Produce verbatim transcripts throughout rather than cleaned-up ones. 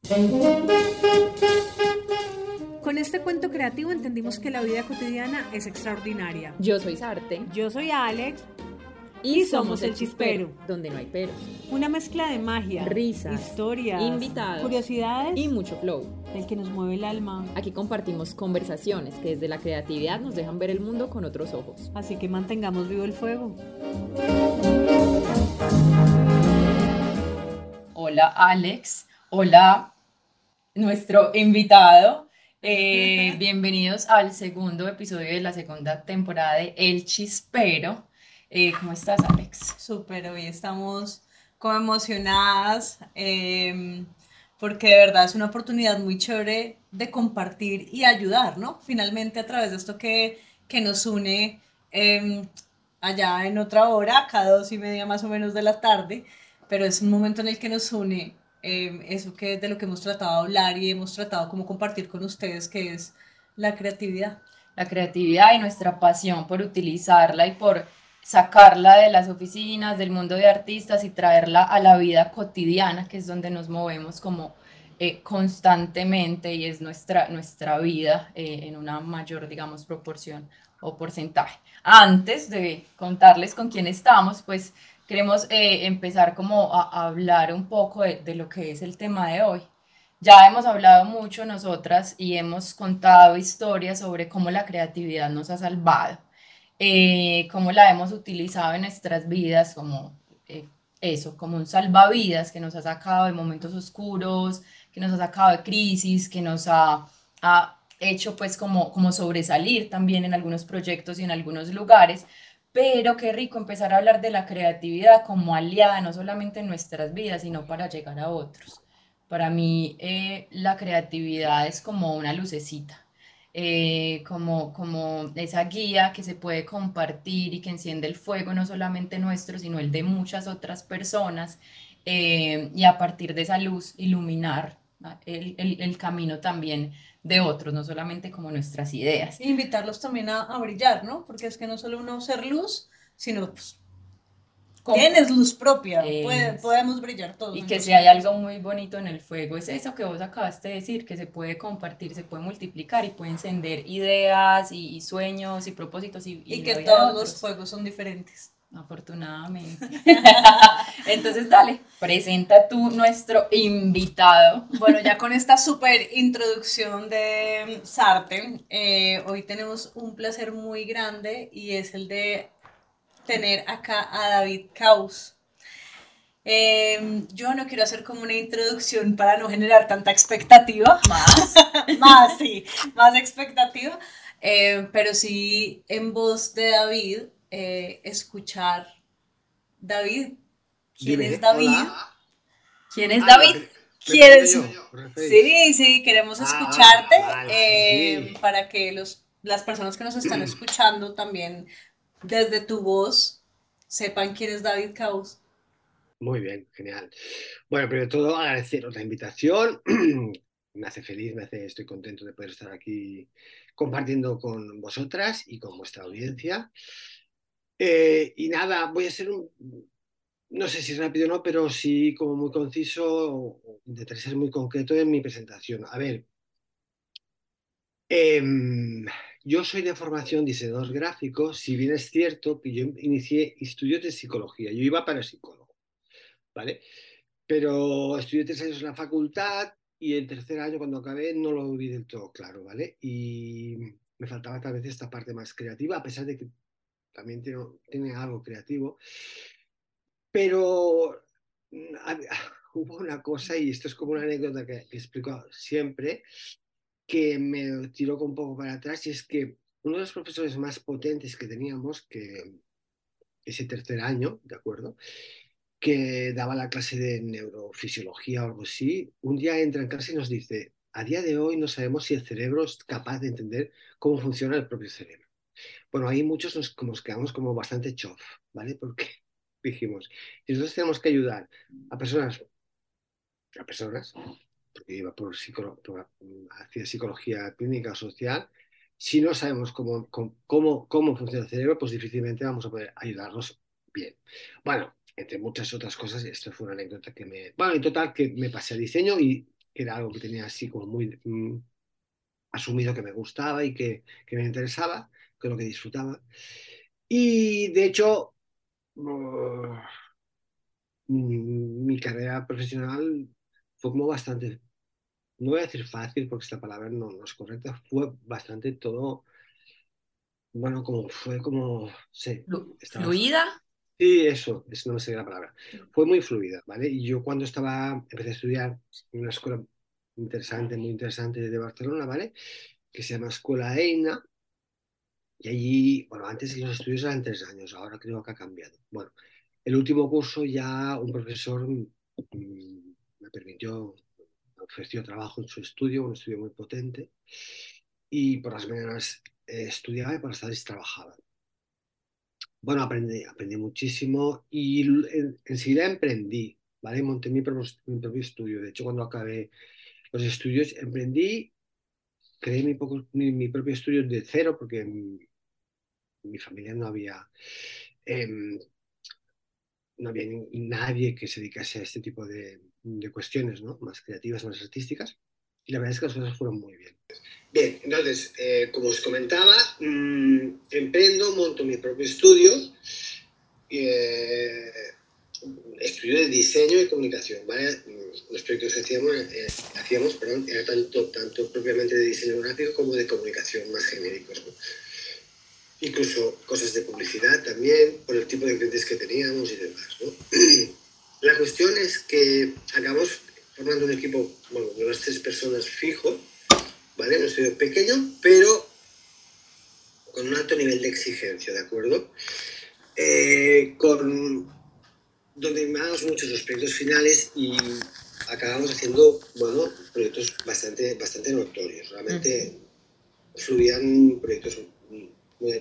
Con este cuento creativo entendimos que la vida cotidiana es extraordinaria. Yo soy Sarte Yo soy Alex y, y somos El Chispero, donde no hay peros. Una mezcla de magia, risas, historias, invitados, curiosidades y mucho flow. El que nos mueve el alma. Aquí compartimos conversaciones que desde la creatividad nos dejan ver el mundo con otros ojos. Así que mantengamos vivo el fuego. Hola Alex, hola nuestro invitado. Eh, bienvenidos al segundo episodio de la segunda temporada de El Chispero. Eh, ¿Cómo estás, Alex? Súper, hoy estamos como emocionadas eh, porque de verdad es una oportunidad muy chévere de compartir y ayudar, ¿no? Finalmente a través de esto que, que nos une eh, allá en otra hora, acá dos y media más o menos de la tarde, pero es un momento en el que nos une eh, eso que es de lo que hemos tratado de hablar y hemos tratado como compartir con ustedes, que es la creatividad. La creatividad y nuestra pasión por utilizarla y por sacarla de las oficinas, del mundo de artistas y traerla a la vida cotidiana, que es donde nos movemos como eh, constantemente y es nuestra, nuestra vida eh, en una mayor, digamos, proporción o porcentaje. Antes de contarles con quién estamos, pues queremos eh, empezar como a, a hablar un poco de, de lo que es el tema de hoy. Ya hemos hablado mucho nosotras y hemos contado historias sobre cómo la creatividad nos ha salvado, eh, cómo la hemos utilizado en nuestras vidas como eh, eso, como un salvavidas que nos ha sacado de momentos oscuros, que nos ha sacado de crisis, que nos ha, ha hecho pues como, como sobresalir también en algunos proyectos y en algunos lugares. Pero qué rico empezar a hablar de la creatividad como aliada no solamente en nuestras vidas, sino para llegar a otros. Para mí eh, la creatividad es como una lucecita, eh, como, como esa guía que se puede compartir y que enciende el fuego no solamente nuestro, sino el de muchas otras personas, eh, y a partir de esa luz iluminar ¿no? el, el, el camino también de otros, no solamente como nuestras ideas. E invitarlos también a, a brillar, ¿no? Porque es que no solo uno ser luz, sino pues, tienes luz propia, puede, podemos brillar todos. Y que si hay algo muy bonito en el fuego, es eso que vos acabaste de decir, que se puede compartir, se puede multiplicar y puede encender ideas y, y sueños y propósitos. Y, y, y que todos los fuegos son diferentes. Afortunadamente. Entonces, dale, presenta tú nuestro invitado. Bueno, ya con esta súper introducción de Sarte, eh, hoy tenemos un placer muy grande y es el de tener acá a David Caus. Eh, yo no quiero hacer como una introducción para no generar tanta expectativa. Más. más, sí, más expectativa. Eh, pero sí, en voz de David, eh, escuchar David. ¿Quién Dime, es David? Hola. ¿Quién es David? Ah, ¿Quién es? ¿Me Sí, sí, queremos escucharte ah, vale, eh, sí. para que los, las personas que nos están escuchando también desde tu voz sepan quién es David Caus. Muy bien, genial. Bueno, primero de todo, agradeceros la invitación. Me hace feliz, me hace, estoy contento de poder estar aquí compartiendo con vosotras y con vuestra audiencia. Eh, y nada, voy a ser un, no sé si rápido o no, pero sí como muy conciso, o intentaré ser muy concreto en mi presentación. A ver, eh, yo soy de formación diseñador gráfico, si bien es cierto que yo inicié estudios de psicología, yo iba para psicólogo, ¿vale? Pero estudié tres años en la facultad y el tercer año cuando acabé no lo vi del todo claro, ¿vale? Y me faltaba tal vez esta parte más creativa, a pesar de que también tiene, tiene algo creativo, pero mm, hubo una cosa, y esto es como una anécdota que, que explico siempre, que me tiró un poco para atrás, y es que uno de los profesores más potentes que teníamos, que ese tercer año, ¿de acuerdo? Que daba la clase de neurofisiología o algo así, un día entra en clase y nos dice, a día de hoy no sabemos si el cerebro es capaz de entender cómo funciona el propio cerebro. Bueno, ahí muchos nos, nos quedamos como bastante chof, ¿vale? Porque dijimos, si nosotros tenemos que ayudar a personas, a personas, porque iba por, psicolo, por hacia psicología clínica o social, si no sabemos cómo, cómo, cómo funciona el cerebro, pues difícilmente vamos a poder ayudarlos bien. Bueno, entre muchas otras cosas, esto fue una anécdota que me... Bueno, en total, que me pasé a diseño y que era algo que tenía así como muy mm, asumido que me gustaba y que, que me interesaba, que lo que disfrutaba. Y de hecho, uh, mi carrera profesional fue como bastante, no voy a decir fácil porque esta palabra no, no es correcta, fue bastante todo, bueno, como fue como, sí, Flu- estaba, ¿Fluida? sí, eso, eso no me sé la palabra, fue muy fluida, ¿vale? Y yo cuando estaba, empecé a estudiar en una escuela interesante, muy interesante de Barcelona, ¿vale? Que se llama Escuela Eina, y allí, bueno, antes los estudios eran tres años, ahora creo que ha cambiado. Bueno, el último curso ya un profesor mm, me permitió, me ofreció trabajo en su estudio, un estudio muy potente, y por las mañanas eh, estudiaba y por las tardes trabajaba. Bueno, aprendí, aprendí muchísimo y l- en- enseguida emprendí, ¿vale? Monté mi propio, mi propio estudio. De hecho, cuando acabé los estudios, emprendí, creé mi, poco- mi, mi propio estudio de cero porque en mi familia no había... em, no había ni- nadie que se dedicase a este tipo de, de cuestiones, ¿no? Más creativas, más artísticas. Y la verdad es que las cosas fueron muy bien. Bien, entonces, eh, como os comentaba, mmm, emprendo, monto mi propio estudio, eh, estudio de diseño y comunicación, ¿vale? Mm, Los proyectos que hacíamos, eh, hacíamos perdón, era tanto, tanto propiamente de diseño gráfico como de comunicación, más genéricos, ¿no? Incluso cosas de publicidad también, por el tipo de clientes que teníamos y demás, ¿no? La cuestión es que acabamos formando un equipo, bueno, de unas tres personas fijo, ¿vale? Un estudio pequeño, pero con un alto nivel de exigencia, ¿de acuerdo? Eh, con, donde mimábamos muchos los proyectos finales y acabamos haciendo, bueno, proyectos bastante, bastante notorios. Realmente uh-huh. Fluían proyectos muy,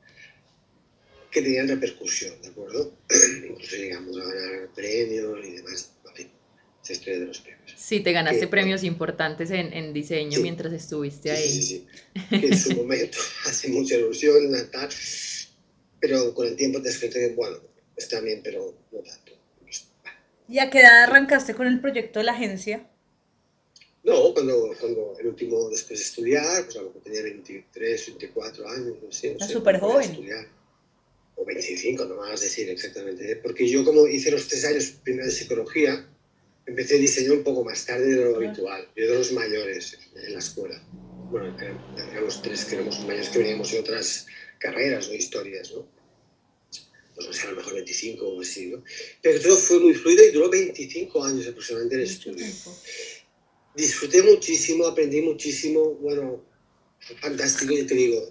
que tenían repercusión, ¿de acuerdo? Incluso llegamos a ganar premios y demás, en fin, esa historia de los premios. Sí, te ganaste que, premios bueno, importantes en, en diseño sí, mientras estuviste sí, ahí. Sí, sí, sí, que en su momento hace mucha ilusión, tal, pero con el tiempo te das cuenta que, bueno, está bien, pero no tanto. ¿Y a qué edad arrancaste con el proyecto de la agencia? No, cuando, cuando el último, después de estudiar, pues a lo mejor tenía veintitrés, veinticuatro años, no sé, no Era sé. súper joven. Estudiar. O veinticinco, no me vas a decir exactamente, ¿eh? Porque yo como hice los tres años primero de psicología, empecé diseño un poco más tarde de lo habitual. Yo de los mayores en la escuela. Bueno, éramos tres que éramos mayores que veníamos de otras carreras o historias, ¿no? Pues no sé, a lo mejor veinticinco o así, ¿no? Pero todo fue muy fluido y duró veinticinco años aproximadamente el estudio. Disfruté muchísimo, aprendí muchísimo, bueno, fantástico, y te digo,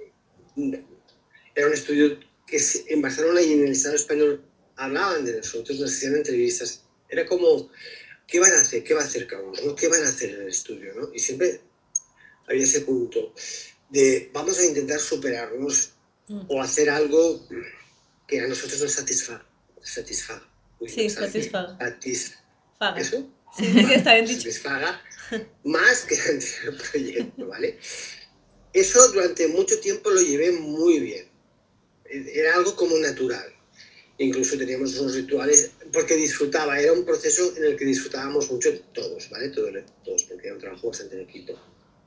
era un estudio que en Barcelona y en el Estado español hablaban de nosotros, nos hacían entrevistas. Era como, ¿qué van a hacer? ¿Qué va a hacer cada uno? ¿Qué van a hacer en el estudio? ¿no? Y siempre había ese punto de vamos a intentar superarnos mm. o hacer algo que a nosotros nos satisfaga. Satisfaga. Uy, sí, no satisfaga. Satisfaga. ¿Eso? Sí, sí, está bien dicho. Satisfaga más que el anterior proyecto, ¿vale? Eso durante mucho tiempo lo llevé muy bien. Era algo como natural. Incluso teníamos unos rituales, porque disfrutaba, era un proceso en el que disfrutábamos mucho todos, ¿vale? Todos, todos porque era un trabajo bastante en equipo.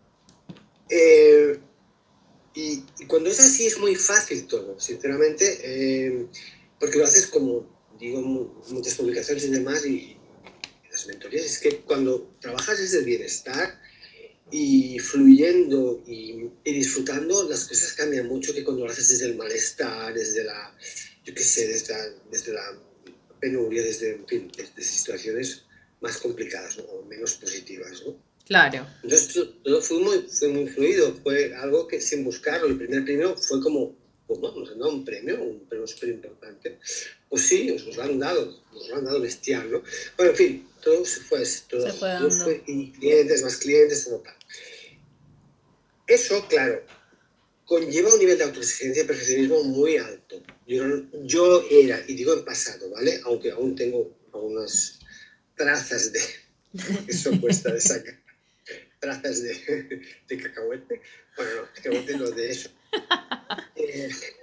Eh, y, y cuando es así es muy fácil todo, sinceramente, eh, porque lo haces como, digo, muchas publicaciones y demás, y, y las mentorías, es que cuando trabajas desde el bienestar y fluyendo y, y disfrutando, las cosas cambian mucho que cuando lo haces desde el malestar, desde la, yo qué sé, desde la, desde la penuria, desde, en fin, desde situaciones más complicadas, ¿no? O menos positivas, ¿no? Claro. Entonces todo fue muy, fue muy fluido, fue algo que sin buscarlo, el primer premio fue como, ¿cómo? ¿Nos han dado un premio? Un premio súper importante. Pues sí, os lo han dado, nos lo han dado bestial, ¿no? Bueno, en fin, todo se fue, todo, se fue todo fue, y clientes, más clientes, todo tal. Eso, claro, conlleva un nivel de autoexigencia y perfeccionismo muy alto. Yo, yo era, y digo en pasado, ¿vale? Aunque aún tengo algunas trazas de, eso cuesta de sacar, trazas de, de cacahuete. Bueno, no, cacahuete no, de eso. Eh,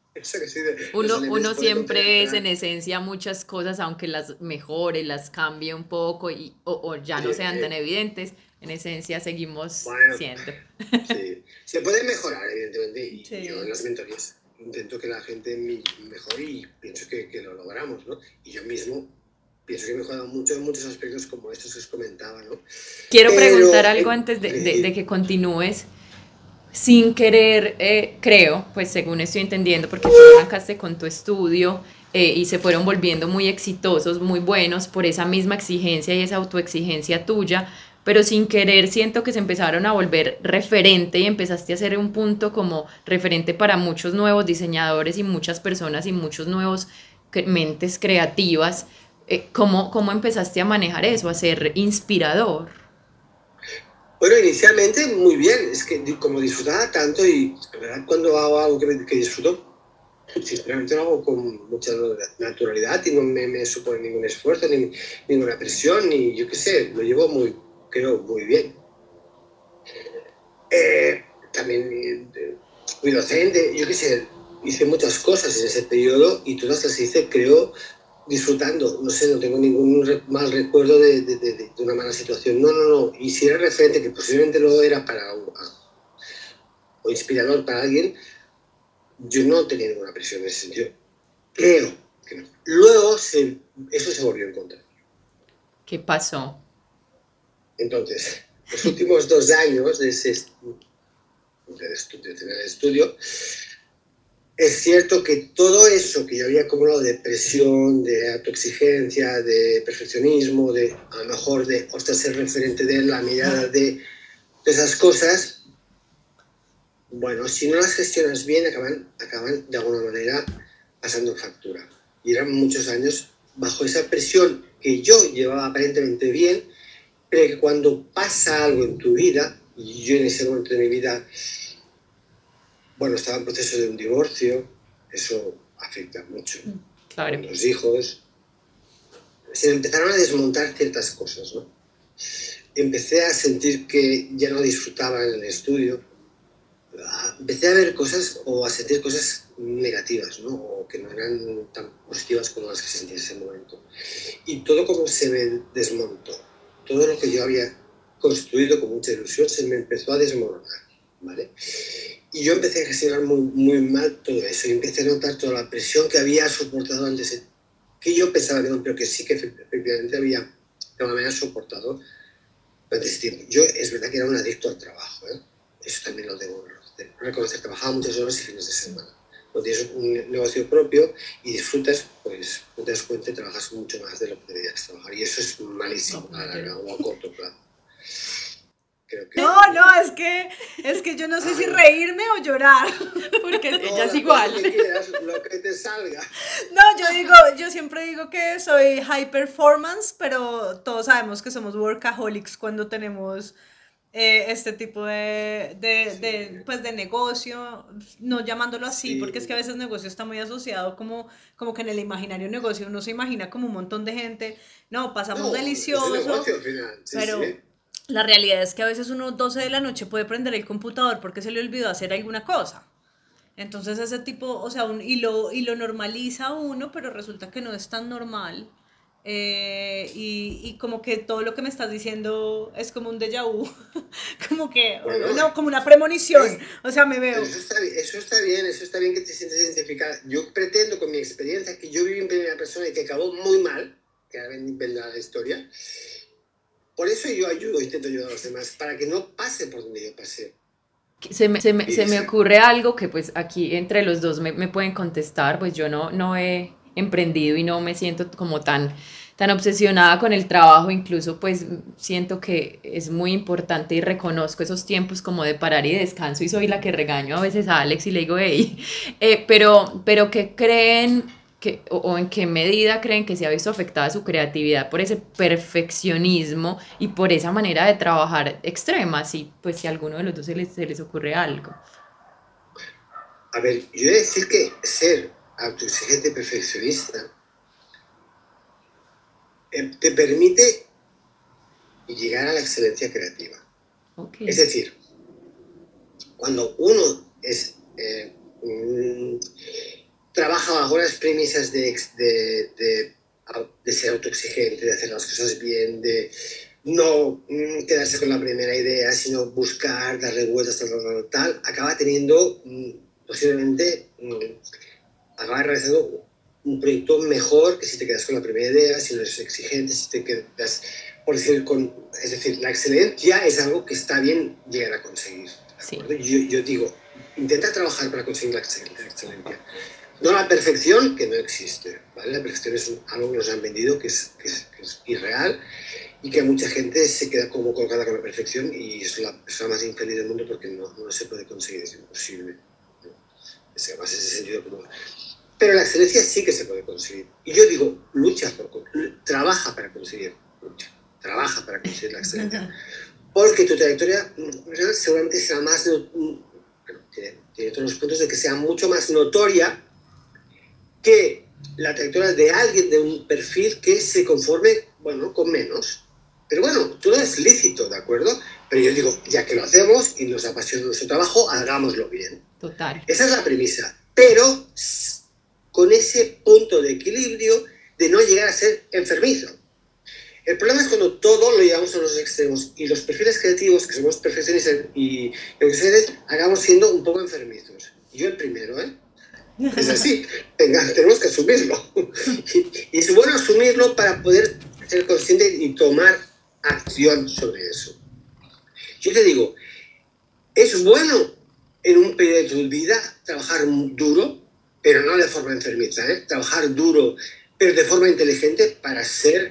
Eso que sí, de, los Uno, animes uno pueden siempre es en contemplar. esencia muchas cosas, aunque las mejore, las cambie un poco y, o, o ya Sí, no sean tan eh, evidentes, en esencia seguimos bueno, siendo. sí. Se puede mejorar, evidentemente, y yo en Sí. las mentorías intento que la gente mi- mejore y pienso que, que lo logramos, ¿no? Y yo mismo pienso que he mejorado mucho en muchos aspectos como estos que os comentaba, ¿no? Quiero preguntar Pero, algo en antes de, de- de principio, que continúes. Sin querer, eh, creo, pues según estoy entendiendo, porque tú arrancaste con tu estudio eh, y se fueron volviendo muy exitosos, muy buenos por esa misma exigencia y esa autoexigencia tuya, pero sin querer siento que se empezaron a volver referente y empezaste a ser un punto como referente para muchos nuevos diseñadores y muchas personas y muchos nuevos cre- mentes creativas. Eh, ¿cómo, ¿Cómo empezaste a manejar eso, a ser inspirador? bueno, inicialmente muy bien, es que di- como disfrutaba tanto y en verdad cuando hago algo que, me- que disfruto, sinceramente lo hago con mucha naturalidad y no me, me supone ningún esfuerzo, ni ninguna presión, ni yo qué sé, lo llevo muy, creo, muy bien. Eh, también eh, fui docente, yo qué sé, hice muchas cosas en ese periodo y todas las hice, creo, disfrutando. No sé, no tengo ningún re- mal recuerdo de, de, de, de una mala situación. No, no, no. Y si era referente, que posiblemente lo era para o inspirador para alguien, yo no tenía ninguna presión en ese sentido. Creo que no. Luego se, eso se volvió en contra. ¿Qué pasó? Entonces, los últimos dos años de ese de estudio, de tener el estudio, es cierto que todo eso que yo había acumulado de presión, de autoexigencia, de perfeccionismo, de a lo mejor de, ostras, ser referente de la mirada de, de esas cosas, bueno, si no las gestionas bien, acaban, acaban de alguna manera pasando factura. Y eran muchos años bajo esa presión que yo llevaba aparentemente bien, pero que cuando pasa algo en tu vida, y yo en ese momento de mi vida, bueno, estaba en proceso de un divorcio, eso afecta mucho. Claro. Con los hijos, se empezaron a desmontar ciertas cosas, ¿no? Empecé a sentir que ya no disfrutaba en el estudio, empecé a ver cosas o a sentir cosas negativas, ¿no? O que no eran tan positivas como las que sentía en ese momento. Y todo como se me desmontó. Todo lo que yo había construido con mucha ilusión se me empezó a desmoronar, ¿vale? Y yo empecé a gestionar muy, muy mal todo eso y empecé a notar toda la presión que había soportado antes, que yo pensaba que no, pero que sí que efectivamente había de alguna manera soportado durante ese tiempo. Yo es verdad que era un adicto al trabajo, ¿eh? Eso también lo debo reconocer. Trabajaba muchas horas y fines de semana. Cuando tienes un negocio propio y disfrutas, pues no te das cuenta y trabajas mucho más de lo que deberías trabajar. Y eso es malísimo a largo o a corto plazo. Creo que... No, no, es que, es que yo no sé si Ay, reírme o llorar. Porque no, ella es las cosas igual. que quieras, lo que te salga. No, yo digo, yo siempre digo que soy high performance, pero todos sabemos que somos workaholics cuando tenemos eh, este tipo de, de, Sí, de, pues de negocio, no llamándolo así, porque es que a sí. veces negocio está muy asociado como, como que en el imaginario negocio uno se imagina como un montón de gente, no, pasamos No, es un delicioso, negocio al final. Sí, pero sí. la realidad es que a veces uno doce de la noche puede prender el computador porque se le olvidó hacer alguna cosa. Entonces ese tipo, o sea, un, y, lo, y lo normaliza uno, pero resulta que no es tan normal. Eh, y, y como que todo lo que me estás diciendo es como un déjà vu, como que, Bueno, no, como una premonición, eh, o sea, me pero veo. eso está, eso está bien, eso está bien que te sientes identificada. Yo pretendo con mi experiencia que yo viví en primera persona y que acabó muy mal, que ahora ven, ven la historia. Por eso yo ayudo, intento ayudar a los demás, para que no pase por donde yo pasé. Se me, se me, Y se me esa, ocurre algo que pues aquí entre los dos me, me pueden contestar, pues yo no, no he emprendido y no me siento como tan, tan obsesionada con el trabajo, incluso pues siento que es muy importante y reconozco esos tiempos como de parar y descanso y soy la que regaño a veces a Alex y le digo, hey, eh, pero, pero ¿qué creen que, o, o en qué medida creen que se ha visto afectada su creatividad por ese perfeccionismo y por esa manera de trabajar extrema? Si, pues, si a alguno de los dos se les, se les ocurre algo. a ver, yo he de decir que ser autoexigente perfeccionista eh, te permite llegar a la excelencia creativa. Ok. Es decir, cuando uno es eh, mm, trabaja bajo las premisas de, de, de, de ser autoexigente, de hacer las cosas bien, de no mm, quedarse con la primera idea, sino buscar, darle vueltas, tal, tal, tal, acaba teniendo mm, posiblemente, mm, acaba realizando un proyecto mejor que si te quedas con la primera idea, si no eres exigente, si te quedas, por decir, con, es decir, la excelencia es algo que está bien llegar a conseguir. Sí. Yo, yo digo, intenta trabajar para conseguir la excelencia. No la perfección, que no existe, ¿vale? La perfección es un, algo que nos han vendido que es, que, es, que es irreal y que mucha gente se queda como colgada con la perfección y es la persona más infeliz del mundo porque no, no se puede conseguir, es imposible, ¿no? Es además ese sentido común. Pero la excelencia sí que se puede conseguir. Y yo digo, lucha, por, trabaja para conseguir, lucha, trabaja para conseguir la excelencia. Porque tu trayectoria seguramente será más, bueno, tiene, tiene todos los puntos de que sea mucho más notoria que la trayectoria de alguien de un perfil que se conforme, bueno, con menos. Pero bueno, todo es lícito, ¿de acuerdo? Pero yo digo, ya que lo hacemos y nos apasiona nuestro trabajo, hagámoslo bien. Total. Esa es la premisa. Pero con ese punto de equilibrio de no llegar a ser enfermizo. El problema es cuando todo lo llevamos a los extremos y los perfiles creativos, que somos perfeccionistas y ustedes, acabamos siendo un poco enfermizos. Yo el primero, ¿eh? Es así, venga, tenemos que asumirlo. Y, y es bueno asumirlo para poder ser consciente y tomar acción sobre eso. Yo te digo, es bueno en un periodo de tu vida trabajar duro, pero no de forma enfermiza, ¿eh? Trabajar duro, pero de forma inteligente para ser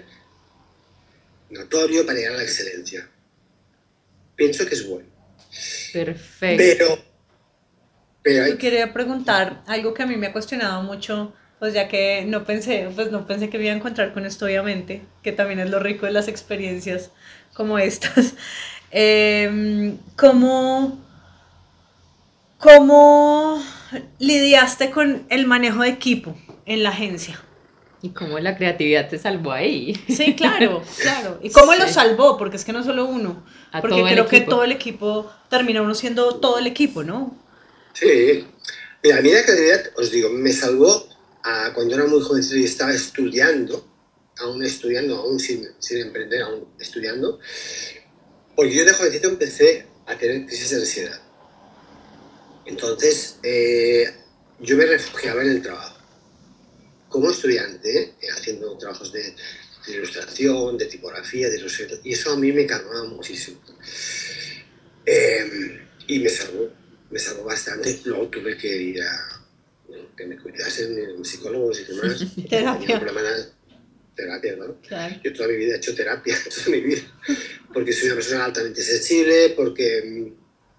notorio, para llegar a la excelencia. Pienso que es bueno. Perfecto. Pero Pero hay... Yo quería preguntar algo que a mí me ha cuestionado mucho, pues ya que no pensé, pues no pensé que me iba a encontrar con esto, obviamente, que también es lo rico de las experiencias como estas. Eh, ¿cómo, ¿Cómo lidiaste con el manejo de equipo en la agencia? ¿Y cómo la creatividad te salvó ahí? Sí, claro, claro. ¿Y cómo Sí. lo salvó? Porque es que no solo uno. A porque todo el creo que equipo. todo el equipo termina uno siendo todo el equipo, ¿no? Sí. Mira, a mí la creatividad, os digo, me salvó a cuando era muy jovencito y estaba estudiando, aún estudiando, aún sin, sin emprender, aún estudiando, porque yo de jovencito empecé a tener crisis de ansiedad. Entonces, eh, yo me refugiaba en el trabajo. Como estudiante, eh, haciendo trabajos de, de ilustración, de tipografía, de ilustración, y eso a mí me calmaba muchísimo. Eh, y me salvó, me salvó bastante. Luego tuve que ir a bueno, que me cuidasen psicólogos y demás. Terapia. Tenía un problema de terapia, ¿no? Claro. Yo toda mi vida he hecho terapia, toda mi vida, porque soy una persona altamente sensible, porque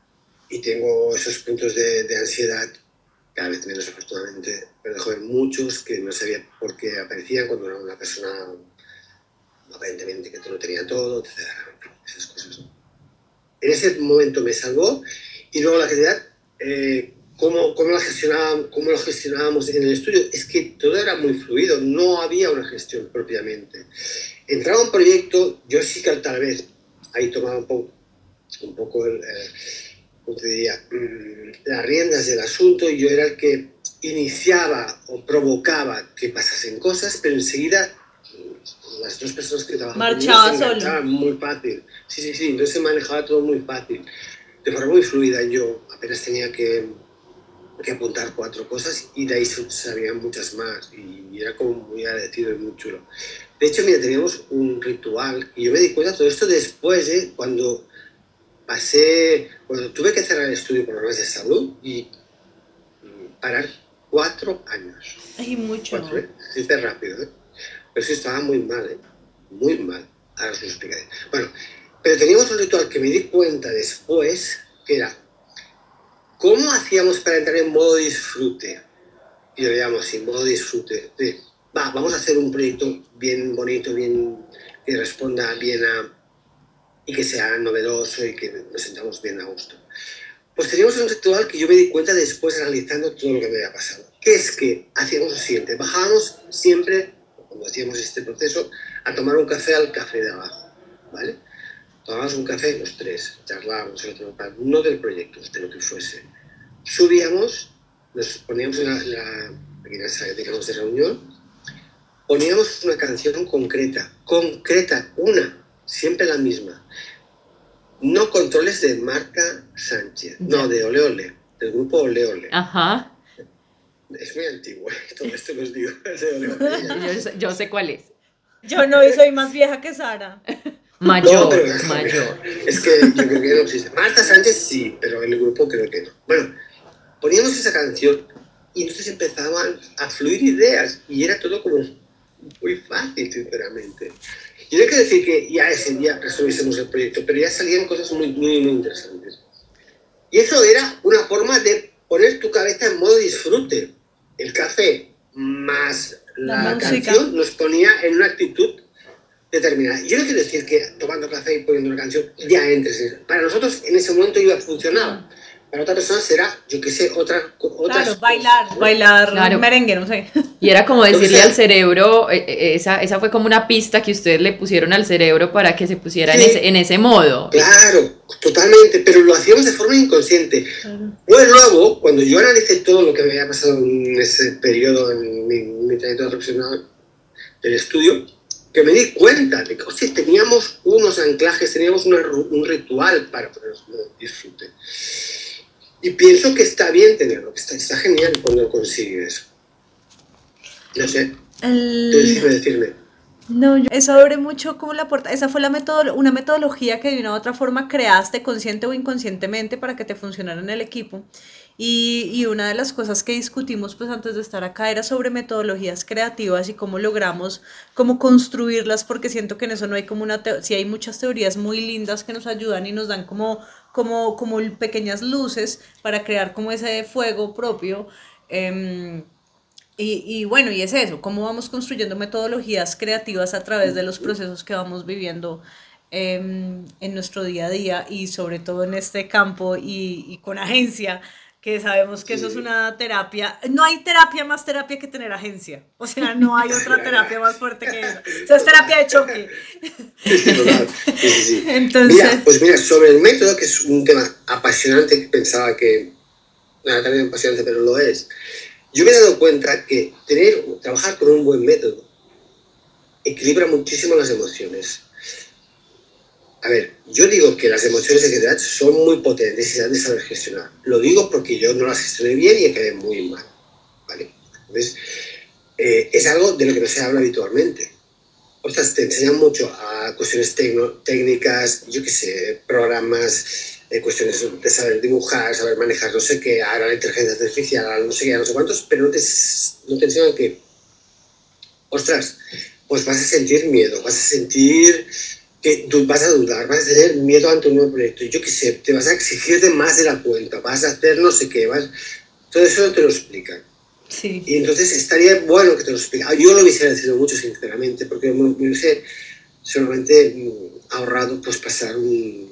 y tengo esos puntos de, de ansiedad, cada vez menos afortunadamente, pero de joven muchos que no sabía por qué aparecían cuando era una persona aparentemente que no tenía todo, etcétera. Esas cosas, ¿no? En ese momento me salvó y luego la creatividad, eh, ¿cómo, cómo, la gestionábamos, ¿cómo lo gestionábamos en el estudio? Es que todo era muy fluido, no había una gestión propiamente. Entraba un proyecto, yo sí que tal vez ahí tomaba un poco, un poco el, el, ¿cómo te diría? las riendas del asunto y yo era el que iniciaba o provocaba que pasasen cosas, pero enseguida las dos personas que trabajaban marchaba conmigo se enganchaban solo. muy fácil. Sí, sí, sí, entonces se manejaba todo muy fácil, de forma muy fluida. Yo apenas tenía que, que apuntar cuatro cosas y de ahí sabían muchas más y era como muy agradecido y muy chulo. De hecho, mira, teníamos un ritual y yo me di cuenta de todo esto después, ¿eh? Cuando pasé, cuando tuve que cerrar el estudio por problemas de salud y parar cuatro años. Ay, mucho. Cuatro, ¿eh? Hice rápido, ¿eh? Pero sí estaba muy mal, ¿eh? Muy mal. Ahora os lo explicaré. Bueno, pero teníamos un ritual que me di cuenta después, que era, ¿cómo hacíamos para entrar en modo disfrute? Y lo llamamos así, modo disfrute. De, va, vamos a hacer un proyecto bien bonito, bien, que responda bien a... y que sea novedoso y que nos sentamos bien a gusto. Pues teníamos un ritual que yo me di cuenta después analizando todo lo que me había pasado. Que es que hacíamos lo siguiente, bajábamos siempre, cuando hacíamos este proceso, a tomar un café al café de abajo, ¿vale? Tomábamos un café los tres, charlábamos, no del proyecto, de lo que fuese. Subíamos, nos poníamos en la, la, aquí en la sala que teníamos de reunión, poníamos una canción concreta, concreta, una, siempre la misma. No Controles de Marta Sánchez, no, de Ole Ole, del grupo Ole Ole. Ajá. Es muy antiguo, todo esto que os digo. Es de Ole Ole. Yo, sé- yo sé cuál es. Yo no, y soy más vieja que Sara. Mayor, No, pero- mayor. Es que yo creo que no existe. Marta Sánchez sí, pero el grupo creo que no. Bueno, poníamos esa canción y entonces empezaban a fluir ideas y era todo como muy fácil, sinceramente. Yo tengo que decir que ya ese día resolvísemos el proyecto, pero ya salían cosas muy, muy, muy interesantes. Y eso era una forma de poner tu cabeza en modo disfrute. El café más la, La música. canción nos ponía en una actitud determinada. Yo no quiero decir que tomando café y poniendo una canción ya entres. Para nosotros en ese momento iba a funcionar. Para otra persona será, yo qué sé, otra, otras Claro, bailar, bailar Claro. merengue, no sé. Y era como decirle sea- al cerebro, eh, eh, esa, esa fue como una pista que ustedes le pusieron al cerebro para que se pusiera en, Sí. ese, en ese modo. Claro, totalmente, pero lo hacíamos de forma inconsciente. Pues luego, cuando yo analicé todo lo que me había pasado en ese periodo, en mi, mi trayectoria profesional del estudio, que me di cuenta de que, hostia, teníamos unos anclajes, teníamos una ru- un ritual para ponernos en modo disfrute. Y pienso que está bien tenerlo, que está, está genial cuando lo consigues. No sé, El- tú decirme, decirme. No, yo- eso abre mucho como la puerta. Esa fue la metodolo- una metodología que de una u otra forma creaste consciente o inconscientemente para que te funcionara en el equipo. Y, y una de las cosas que discutimos pues antes de estar acá era sobre metodologías creativas y cómo logramos cómo construirlas, porque siento que en eso no hay como una teo- sí hay muchas teorías muy lindas que nos ayudan y nos dan como como como pequeñas luces para crear como ese fuego propio. em, Y, y bueno, y es eso, cómo vamos construyendo metodologías creativas a través de los procesos que vamos viviendo em, en nuestro día a día y sobre todo en este campo y, y con agencia, que sabemos que eso es Sí. una terapia. No hay terapia más terapia que tener agencia. O sea, no hay otra terapia más fuerte que eso. O sea, es terapia de choque. Sí, sí, total. Sí, sí, sí. Entonces, Mira, pues mira, sobre el método, que es un tema apasionante, que pensaba que no era también apasionante, pero lo es. Yo me he dado cuenta que tener, trabajar con un buen método equilibra muchísimo las emociones. A ver, yo digo que las emociones en general son muy potentes y se han de saber gestionar. Lo digo porque yo no las gestioné bien y acabé muy mal, ¿vale? Entonces, eh, es algo de lo que no se habla habitualmente. Ostras, te enseñan mucho a cuestiones tecno, técnicas, yo qué sé, programas, eh, cuestiones de saber dibujar, saber manejar no sé qué, ahora la inteligencia artificial, ahora no sé qué, no sé cuántos, pero no te, no te enseñan que, ostras, pues vas a sentir miedo, vas a sentir que tú vas a dudar, vas a tener miedo ante un nuevo proyecto, yo qué sé, te vas a exigirte más de la cuenta, vas a hacer no sé qué, vas... todo eso no te lo explican. sí. Y entonces estaría bueno que te lo explicara. Yo lo hubiese decidido mucho, sinceramente, porque me, me hubiese solamente mm, ahorrado pues pasar un,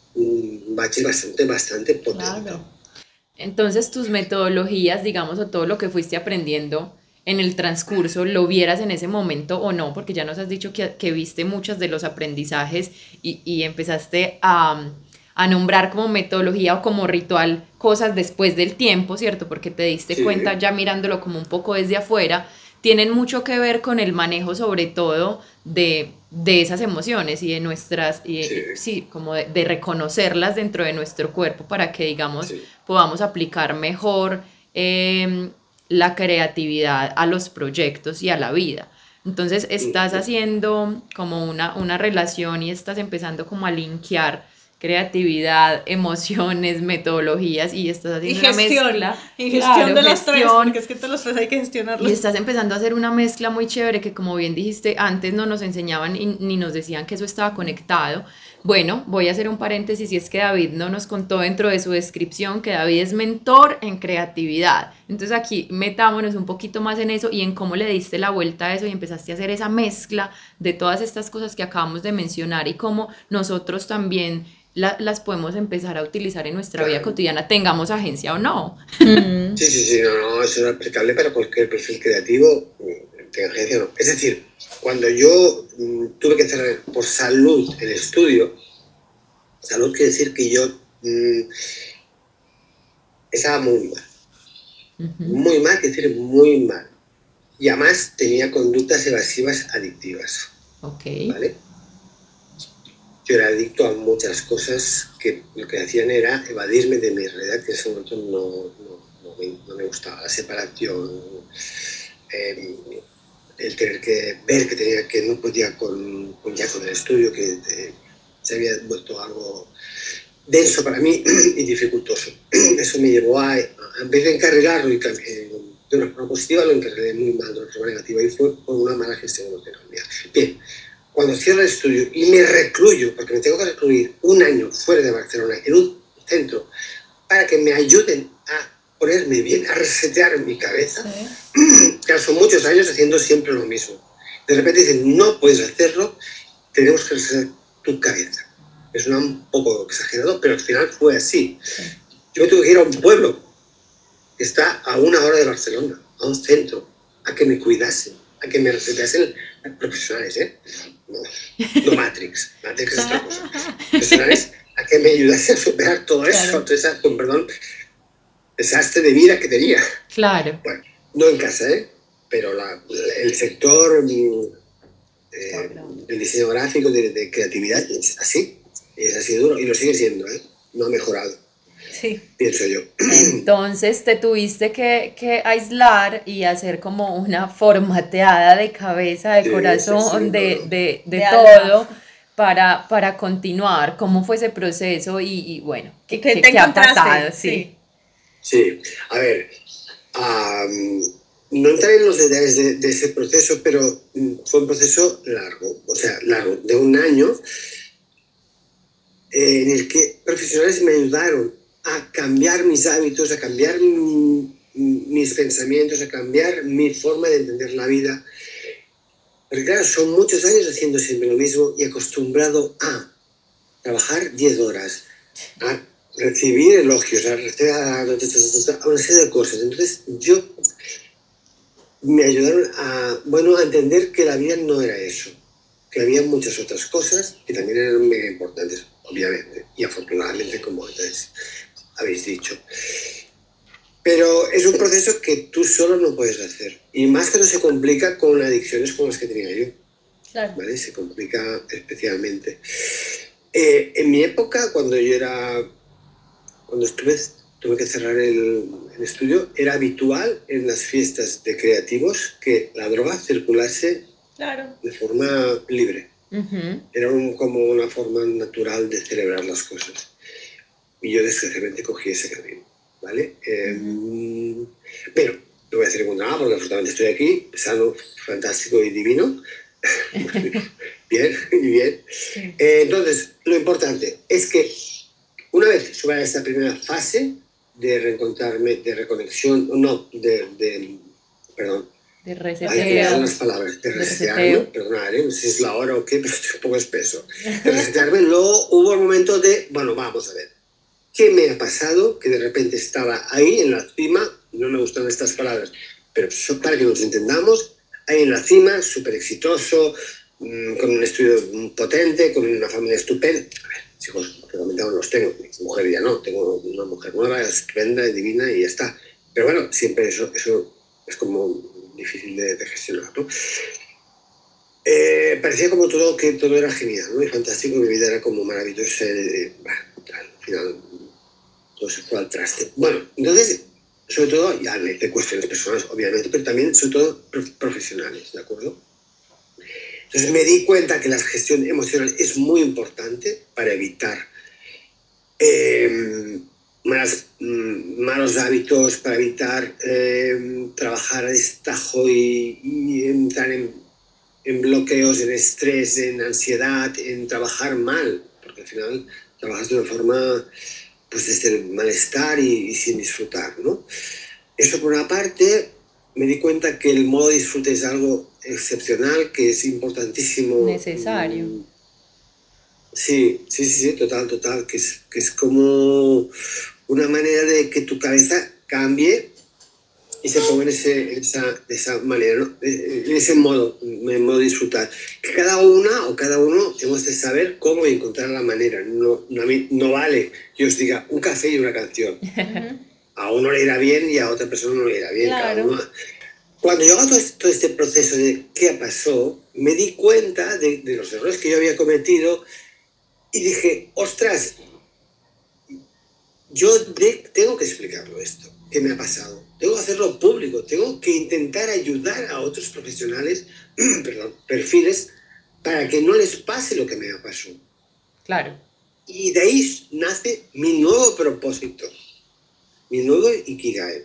un bache bastante, bastante potente. Claro. Entonces tus metodologías, digamos, o todo lo que fuiste aprendiendo en el transcurso, lo vieras en ese momento o no, porque ya nos has dicho que, que viste muchos de los aprendizajes y, y empezaste a, a nombrar como metodología o como ritual cosas después del tiempo, ¿cierto? Porque te diste Sí. cuenta ya mirándolo como un poco desde afuera, tienen mucho que ver con el manejo sobre todo de, de esas emociones y de nuestras, y, Sí. sí, como de, de reconocerlas dentro de nuestro cuerpo para que, digamos, Sí. podamos aplicar mejor eh, la creatividad a los proyectos y a la vida. Entonces estás haciendo como una, una relación y estás empezando como a linkear creatividad, emociones, metodologías y estás Y haciendo una gestión. mezcla. Y gestión Claro, de las tres, gestión. porque es que todos los tres hay que gestionarlos. Y estás empezando a hacer una mezcla muy chévere que, como bien dijiste, antes no nos enseñaban y, ni nos decían que eso estaba conectado. Bueno, voy a hacer un paréntesis y es que David no nos contó dentro de su descripción que David es mentor en creatividad. Entonces aquí metámonos un poquito más en eso y en cómo le diste la vuelta a eso y empezaste a hacer esa mezcla de todas estas cosas que acabamos de mencionar y cómo nosotros también la, las podemos empezar a utilizar en nuestra vida cotidiana, tengamos agencia o no. Mm. Sí, sí, sí, no, no, eso es aplicable para cualquier perfil creativo, tenga agencia o no. Es decir, cuando yo mm, tuve que cerrar por salud el estudio, salud quiere decir que yo mm, estaba muy mal. Ujú. Muy mal, que decir, muy mal. Y además tenía conductas evasivas adictivas, Ok. ¿vale? Yo era adicto a muchas cosas que lo que hacían era evadirme de mi realidad, que en ese momento no, no, no, me, no me gustaba. La separación, eh, el tener que ver que, tenía, que no podía con, con ya con el estudio, que eh, se había vuelto algo denso para mí y dificultoso. Eso me llevó a, a en vez de encarrilarlo y eh, de una forma positiva, lo encarrilé muy mal de una forma negativa y fue por una mala gestión emocional. Bien, cuando cierro el estudio y me recluyo, porque me tengo que recluir un año fuera de Barcelona, en un centro, para que me ayuden a ponerme bien, a resetear mi cabeza, sí. Claro, son muchos años haciendo siempre lo mismo. De repente dicen, no puedes hacerlo, tenemos que resetear tu cabeza. Es un poco exagerado, pero al final fue así. Sí. Yo me tuve que ir a un pueblo que está a una hora de Barcelona, a un centro, a que me cuidasen, a que me reseteasen profesionales, ¿eh? No, no Matrix, Matrix es otra cosa. Profesionales a que me ayudasen a superar todo eso, claro. Todo ese, con perdón, desastre de vida que tenía. Claro. Bueno, no en casa, ¿eh? Pero la, el sector, eh, el diseño gráfico, de, de creatividad, es así. Es así duro y lo sigue siendo, ¿eh? No ha mejorado. Sí. Pienso yo. Entonces te tuviste que, que aislar y hacer como una formateada de cabeza, de sí, corazón, sí, sí, de, no, no. de, de, de todo para, para continuar. ¿Cómo fue ese proceso? Y, y bueno, ¿qué, ¿Qué qué, te qué ha encontraste? pasado? Sí. Sí, a ver, um, no entraré en los detalles de, de ese proceso, pero um, fue un proceso largo, o sea, largo, de un año, eh, en el que profesionales me ayudaron a cambiar mis hábitos, a cambiar mi, mis pensamientos, a cambiar mi forma de entender la vida. Porque claro, son muchos años haciendo siempre lo mismo y acostumbrado a trabajar diez horas, a recibir elogios, a recibir a, a una serie de cosas. Entonces yo me ayudaron a, bueno, a entender que la vida no era eso, que había muchas otras cosas que también eran mega importantes, obviamente, y afortunadamente, como antes habéis dicho. Pero es un proceso que tú solo no puedes hacer. Y más cuando se complica con adicciones como las que tenía yo. Claro. ¿Vale? Se complica especialmente. Eh, en mi época, cuando yo era... Cuando estuve, tuve que cerrar el, el estudio, era habitual en las fiestas de creativos que la droga circulase, claro, de forma libre. Uh-huh. Era un, como una forma natural de celebrar las cosas. Y yo desgraciadamente cogí ese camino, ¿vale? Eh, uh-huh. Pero no voy a hacer ningún drama porque absolutamente estoy aquí, sano, fantástico y divino. Bien, y bien. Sí. Eh, entonces, lo importante es que una vez superada esta primera fase de reencontrarme, de reconexión, no, de, de perdón, de reseteo, hay las palabras, de resetearme, perdonad, no sé si es la hora o qué, pero estoy un poco espeso, de resetearme, luego hubo el momento de, bueno, vamos a ver, ¿qué me ha pasado? Que de repente estaba ahí en la cima, no me gustan estas palabras, pero para que nos entendamos, ahí en la cima, súper exitoso, con un estudio potente, con una familia estupenda. A ver, chicos, realmente no los tengo, mi mujer ya no, tengo una mujer nueva, estupenda, divina y ya está. Pero bueno, siempre eso, eso es como difícil de, de gestionar, ¿no? Eh, parecía como todo, que todo era genial, ¿no? Y fantástico, mi vida era como maravillosa, eh, bah, al final todo se fue al traste. Bueno, entonces, sobre todo, ya de cuestiones personales, obviamente, pero también, sobre todo, profesionales, ¿de acuerdo? Entonces me di cuenta que la gestión emocional es muy importante para evitar eh, malas, malos hábitos, para evitar eh, trabajar a destajo y, y entrar en, en bloqueos, en estrés, en ansiedad, en trabajar mal, porque al final trabajas de una forma, pues desde el malestar y, y sin disfrutar, ¿no? Eso por una parte. Me di cuenta que el modo de disfrute es algo excepcional, que es importantísimo. Necesario. Sí, sí, sí, sí, total, total, que es, que es como una manera de que tu cabeza cambie y se ponga en, ese, en esa, esa manera, ¿no? En ese modo, en modo de disfrutar. Que cada una o cada uno hemos de saber cómo encontrar la manera. No, no, a mí no vale que os diga un café y una canción. a uno le irá bien y a otra persona no le irá bien. Claro. Cada uno... Cuando yo hago todo este, todo este proceso de qué pasó, me di cuenta de, de los errores que yo había cometido y dije, ostras, yo de, tengo que explicarlo esto, qué me ha pasado. Tengo que hacerlo público, tengo que intentar ayudar a otros profesionales, perdón, perfiles, para que no les pase lo que me pasó. Claro. Y de ahí nace mi nuevo propósito, mi nuevo Ikigai.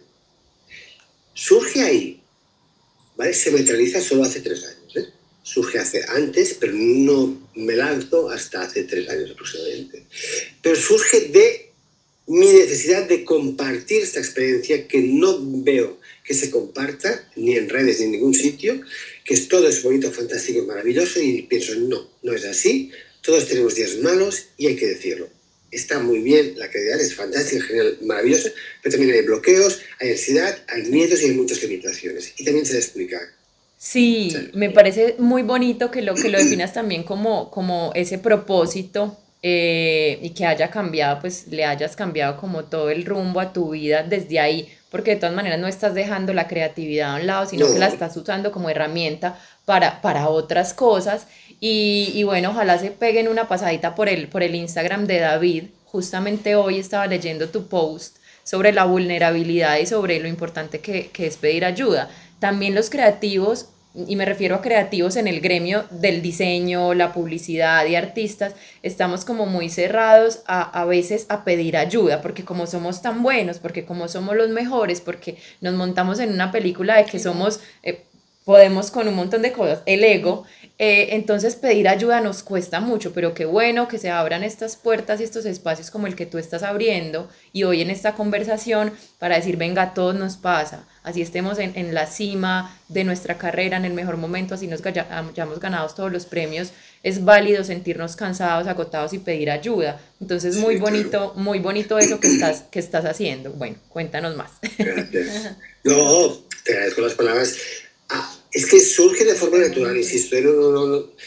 Surge ahí, ¿vale? Se materializa solo hace tres años, ¿eh? Surge hace antes, pero no me lanzo hasta hace tres años aproximadamente. Pero surge de mi necesidad de compartir esta experiencia que no veo que se comparta ni en redes ni en ningún sitio, que es todo es bonito, fantástico y maravilloso, y pienso, no, no es así, todos tenemos días malos y hay que decirlo. Está muy bien, la calidad es fantástica, genial, maravillosa, pero también hay bloqueos, hay ansiedad, hay miedos y hay muchas limitaciones. Y también se le explica. Sí, O sea, me parece muy bonito que lo, que lo definas también como, como ese propósito, eh, y que haya cambiado, pues le hayas cambiado como todo el rumbo a tu vida desde ahí, porque de todas maneras no estás dejando la creatividad a un lado, sino que la no, estás usando como herramienta para, para otras cosas. Y, y bueno, ojalá se peguen una pasadita por el, por el Instagram de David. Justamente hoy estaba leyendo tu post sobre la vulnerabilidad y sobre lo importante que, que es pedir ayuda. También los creativos, y me refiero a creativos en el gremio del diseño, la publicidad y artistas, estamos como muy cerrados a, a veces a pedir ayuda, porque como somos tan buenos, porque como somos los mejores, porque nos montamos en una película de que somos, eh, podemos con un montón de cosas, el ego, eh, entonces pedir ayuda nos cuesta mucho, pero qué bueno que se abran estas puertas y estos espacios como el que tú estás abriendo y hoy en esta conversación para decir, venga, a todos nos pasa, así estemos en, en la cima de nuestra carrera, en el mejor momento, así nos hayamos ganado todos los premios, es válido sentirnos cansados, agotados y pedir ayuda. Entonces, muy sí, bonito, claro. muy bonito eso que estás, que estás haciendo. Bueno, cuéntanos más. Gracias. No, te agradezco las palabras. Ah, es que surge de forma natural, insisto. No, no, no, no.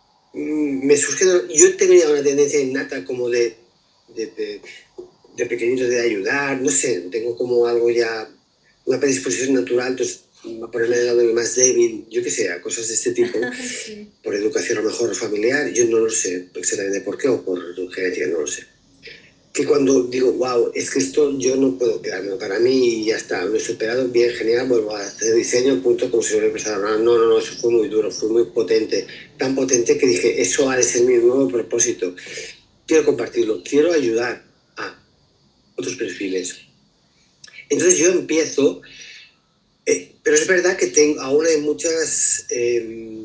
Me surge de, yo tenía una tendencia innata como de, de, de, de pequeñito de ayudar, no sé, tengo como algo ya, una predisposición natural, entonces a ponerme del lado más débil, yo qué sé, a cosas de este tipo, sí. Por educación a lo mejor familiar, yo no lo sé exactamente por qué o por genética, no lo sé. Que cuando digo, wow, es que esto yo no puedo quedarme para mí y ya está, lo he superado, bien, genial, vuelvo a hacer diseño, punto, como si hubiera empezado a hablar. No, no, no, eso fue muy duro, fue muy potente, tan potente que dije, eso ha de ser mi nuevo propósito. Quiero compartirlo, quiero ayudar a otros perfiles. Entonces yo empiezo, eh, pero es verdad que tengo, aún hay muchas, eh,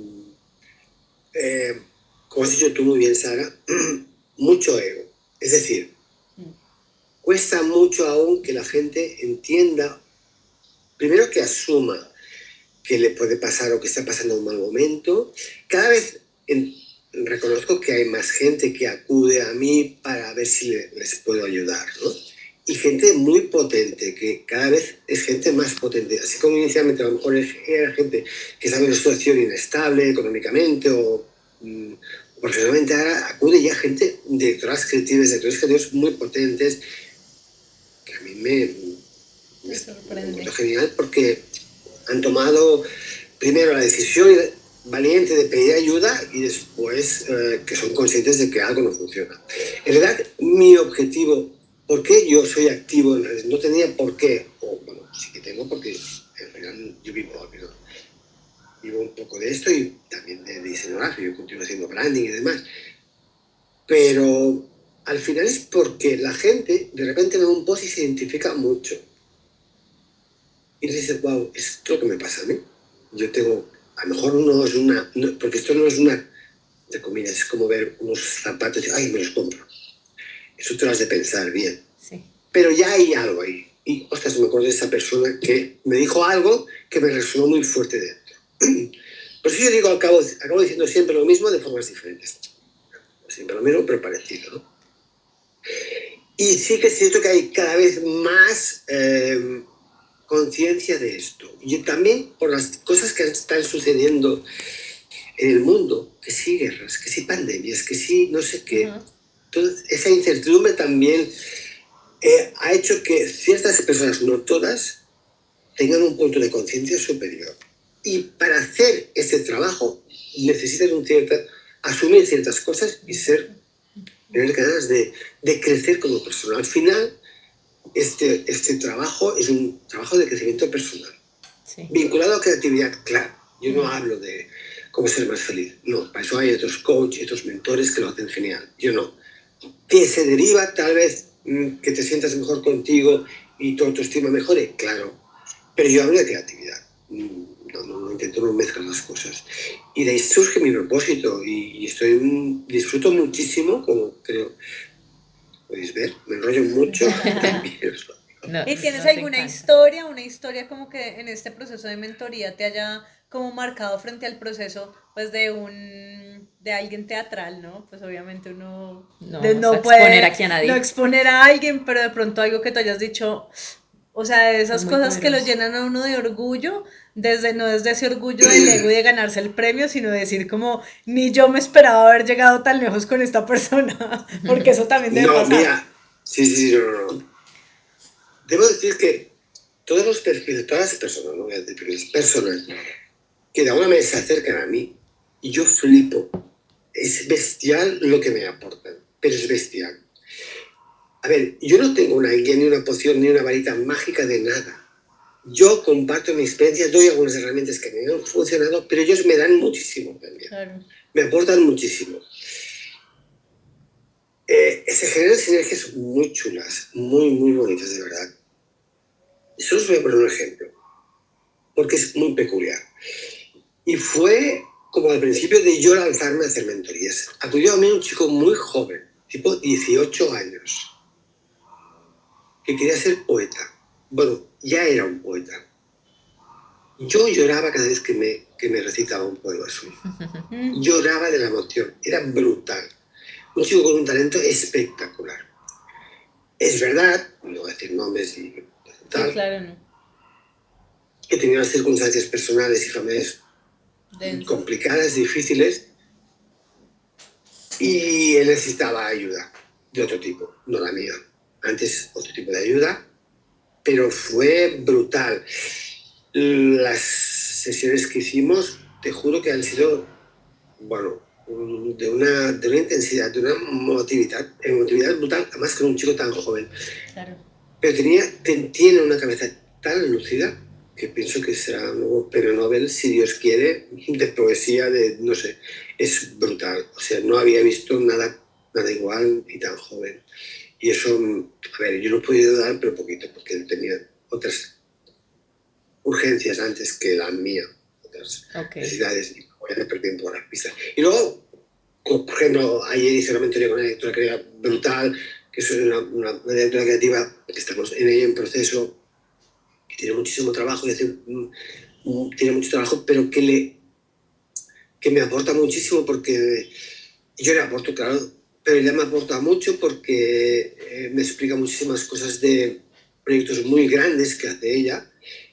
eh, como has dicho tú muy bien, Sara, mucho ego. Es decir, cuesta mucho aún que la gente entienda, primero que asuma que le puede pasar o que está pasando un mal momento. Cada vez en, reconozco que hay más gente que acude a mí para ver si le, les puedo ayudar, ¿no? Y gente muy potente, que cada vez es gente más potente. Así como inicialmente a lo mejor era gente que estaba en una situación inestable económicamente o mmm, profesionalmente, ahora acude ya gente, directoras creativas, directores creativos muy potentes, que a mí me, me sorprende. Genial porque han tomado primero la decisión valiente de pedir ayuda y después eh, que son conscientes de que algo no funciona. En realidad, mi objetivo, ¿por qué yo soy activo en redes? No tenía por qué, o bueno, sí que tengo porque en realidad yo vivo, vivo, vivo un poco de esto y también de diseño gráfico, yo continúo haciendo branding y demás. Pero al final es porque la gente de repente ve un post y se identifica mucho. Y dices, wow, esto es lo que me pasa a mí. Yo tengo, a lo mejor no es una, no, porque esto no es una, de comida, es como ver unos zapatos y, ay, me los compro. Eso te lo has de pensar bien. Sí. Pero ya hay algo ahí. Y, ostras, me acuerdo de esa persona que me dijo algo que me resonó muy fuerte dentro. Por eso yo digo, acabo, acabo diciendo siempre lo mismo de formas diferentes. Siempre lo mismo, pero parecido, ¿no? Y sí que siento que hay cada vez más eh, conciencia de esto. Y también por las cosas que están sucediendo en el mundo, que sí guerras, que sí pandemias, que sí no sé qué. Uh-huh. Entonces, esa incertidumbre también eh, ha hecho que ciertas personas, no todas, tengan un punto de conciencia superior. Y para hacer ese trabajo necesitan un cierta, asumir ciertas cosas y ser, tener ganas de, de crecer como persona. Al final, este, este trabajo es un trabajo de crecimiento personal. Sí. Vinculado a creatividad, claro. Yo no hablo de cómo ser más feliz. No, para eso hay otros coaches, otros mentores que lo hacen genial. Yo no. Que se deriva tal vez mmm, que te sientas mejor contigo y tu autoestima mejore, claro. Pero yo hablo de creatividad. No, no, no intento no mezclar las cosas. Y de ahí surge mi propósito y, y estoy un, disfruto muchísimo, como creo podéis ver, me enrollo mucho. No, ¿y tienes no alguna historia, una historia como que en este proceso de mentoría te haya como marcado frente al proceso pues de un de alguien teatral, ¿no? Pues obviamente uno no, de, no puede exponer aquí a nadie. No exponer a alguien, pero de pronto algo que tú hayas dicho, o sea, esas cosas poderoso. Que lo llenan a uno de orgullo, desde no desde ese orgullo del ego y de ganarse el premio, sino de decir como, ni yo me esperaba haber llegado tan lejos con esta persona, porque eso también debe no, pasar. Mira, sí, sí, sí, no, no, no. Debo decir que todos los perfiles, todas las personas, no voy a decir perfiles, personas que de alguna manera se acercan a mí, y yo flipo. Es bestial lo que me aportan, pero es bestial. A ver, yo no tengo una guía, ni una poción, ni una varita mágica de nada. Yo comparto mi experiencia, doy algunas herramientas que me han funcionado, pero ellos me dan muchísimo también. Claro. Me aportan muchísimo. Eh, se generan sinergias muy chulas, muy, muy bonitas, de verdad. Solo os voy a poner un ejemplo, porque es muy peculiar. Y fue como al principio de yo lanzarme a hacer mentorías. Acudió a mí un chico muy joven, tipo dieciocho años, que quería ser poeta. Bueno, ya era un poeta. Yo lloraba cada vez que me, que me recitaba un poema suyo. Lloraba de la emoción, era brutal. Un chico con un talento espectacular. Es verdad, no voy a decir nombres y tal, sí, claro, no. que tenía unas circunstancias personales y familiares Denso. complicadas, difíciles, y él necesitaba ayuda de otro tipo, no la mía. Antes otro tipo de ayuda, pero fue brutal. Las sesiones que hicimos, te juro que han sido, bueno, de una, de una intensidad, de una emotividad, emotividad brutal, además que era un chico tan joven. Claro. Pero tenía, tiene una cabeza tan lúcida que pienso que será un nuevo premio Nobel, si Dios quiere, de poesía, de, no sé, es brutal. O sea, no había visto nada, nada igual y tan joven. Y eso, a ver, yo no he podido dar, pero poquito, porque él tenía otras urgencias antes que la mía, otras okay. necesidades, y voy a perder un poco las pistas. Y luego, por ejemplo, ayer hice una mentoría con una directora creativa brutal, que es una, una, una directora creativa que estamos en ella en proceso, que tiene muchísimo trabajo, y hace, um, um, tiene mucho trabajo, pero que, le, que me aporta muchísimo porque yo le aporto, claro, pero ella me aporta mucho porque eh, me explica muchísimas cosas de proyectos muy grandes que hace ella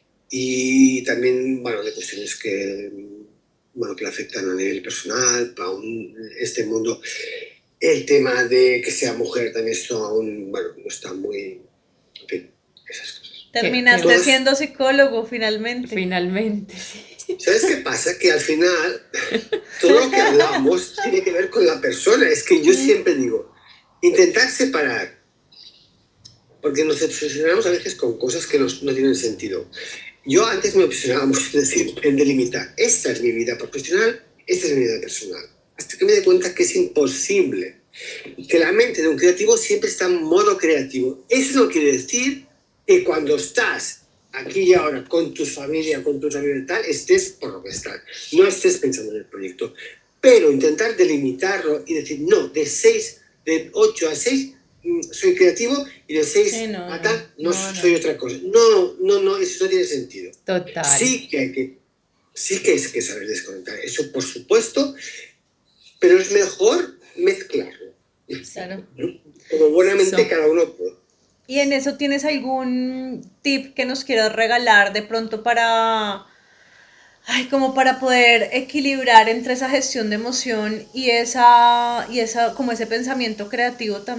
y también, bueno, de cuestiones que, bueno, que le afectan a nivel personal, para un, este mundo. El tema de que sea mujer también esto aún, bueno, no está muy, en fin, esas cosas. Terminaste Todos, siendo psicólogo finalmente. Finalmente, sí. ¿Sabes qué pasa? Que al final todo lo que hablamos tiene que ver con la persona. Es que yo siempre digo, intentar separar, porque nos obsesionamos a veces con cosas que nos, no tienen sentido. Yo antes me obsesionaba mucho en decir, en delimitar, esta es mi vida profesional, esta es mi vida personal. Hasta que me di cuenta que es imposible. Que la mente de un creativo siempre está en modo creativo. Eso no quiere decir que cuando estás aquí y ahora con tu familia, con tus amigos y tal, estés por lo que estás. No estés pensando en el proyecto. Pero intentar delimitarlo y decir, no, de seis, de ocho a seis soy creativo y de seis sí, no, a tal no, no, no soy no. otra cosa. No, no, no, eso no tiene sentido. Total. Sí que hay que, sí que hay que saber desconectar. Eso por supuesto, pero es mejor mezclarlo. Claro. Como buenamente so. cada uno puede. ¿Y en eso tienes algún tip que nos quieras regalar de pronto para, ay, como para poder equilibrar entre esa gestión de emoción y esa, y esa, como ese pensamiento creativo también?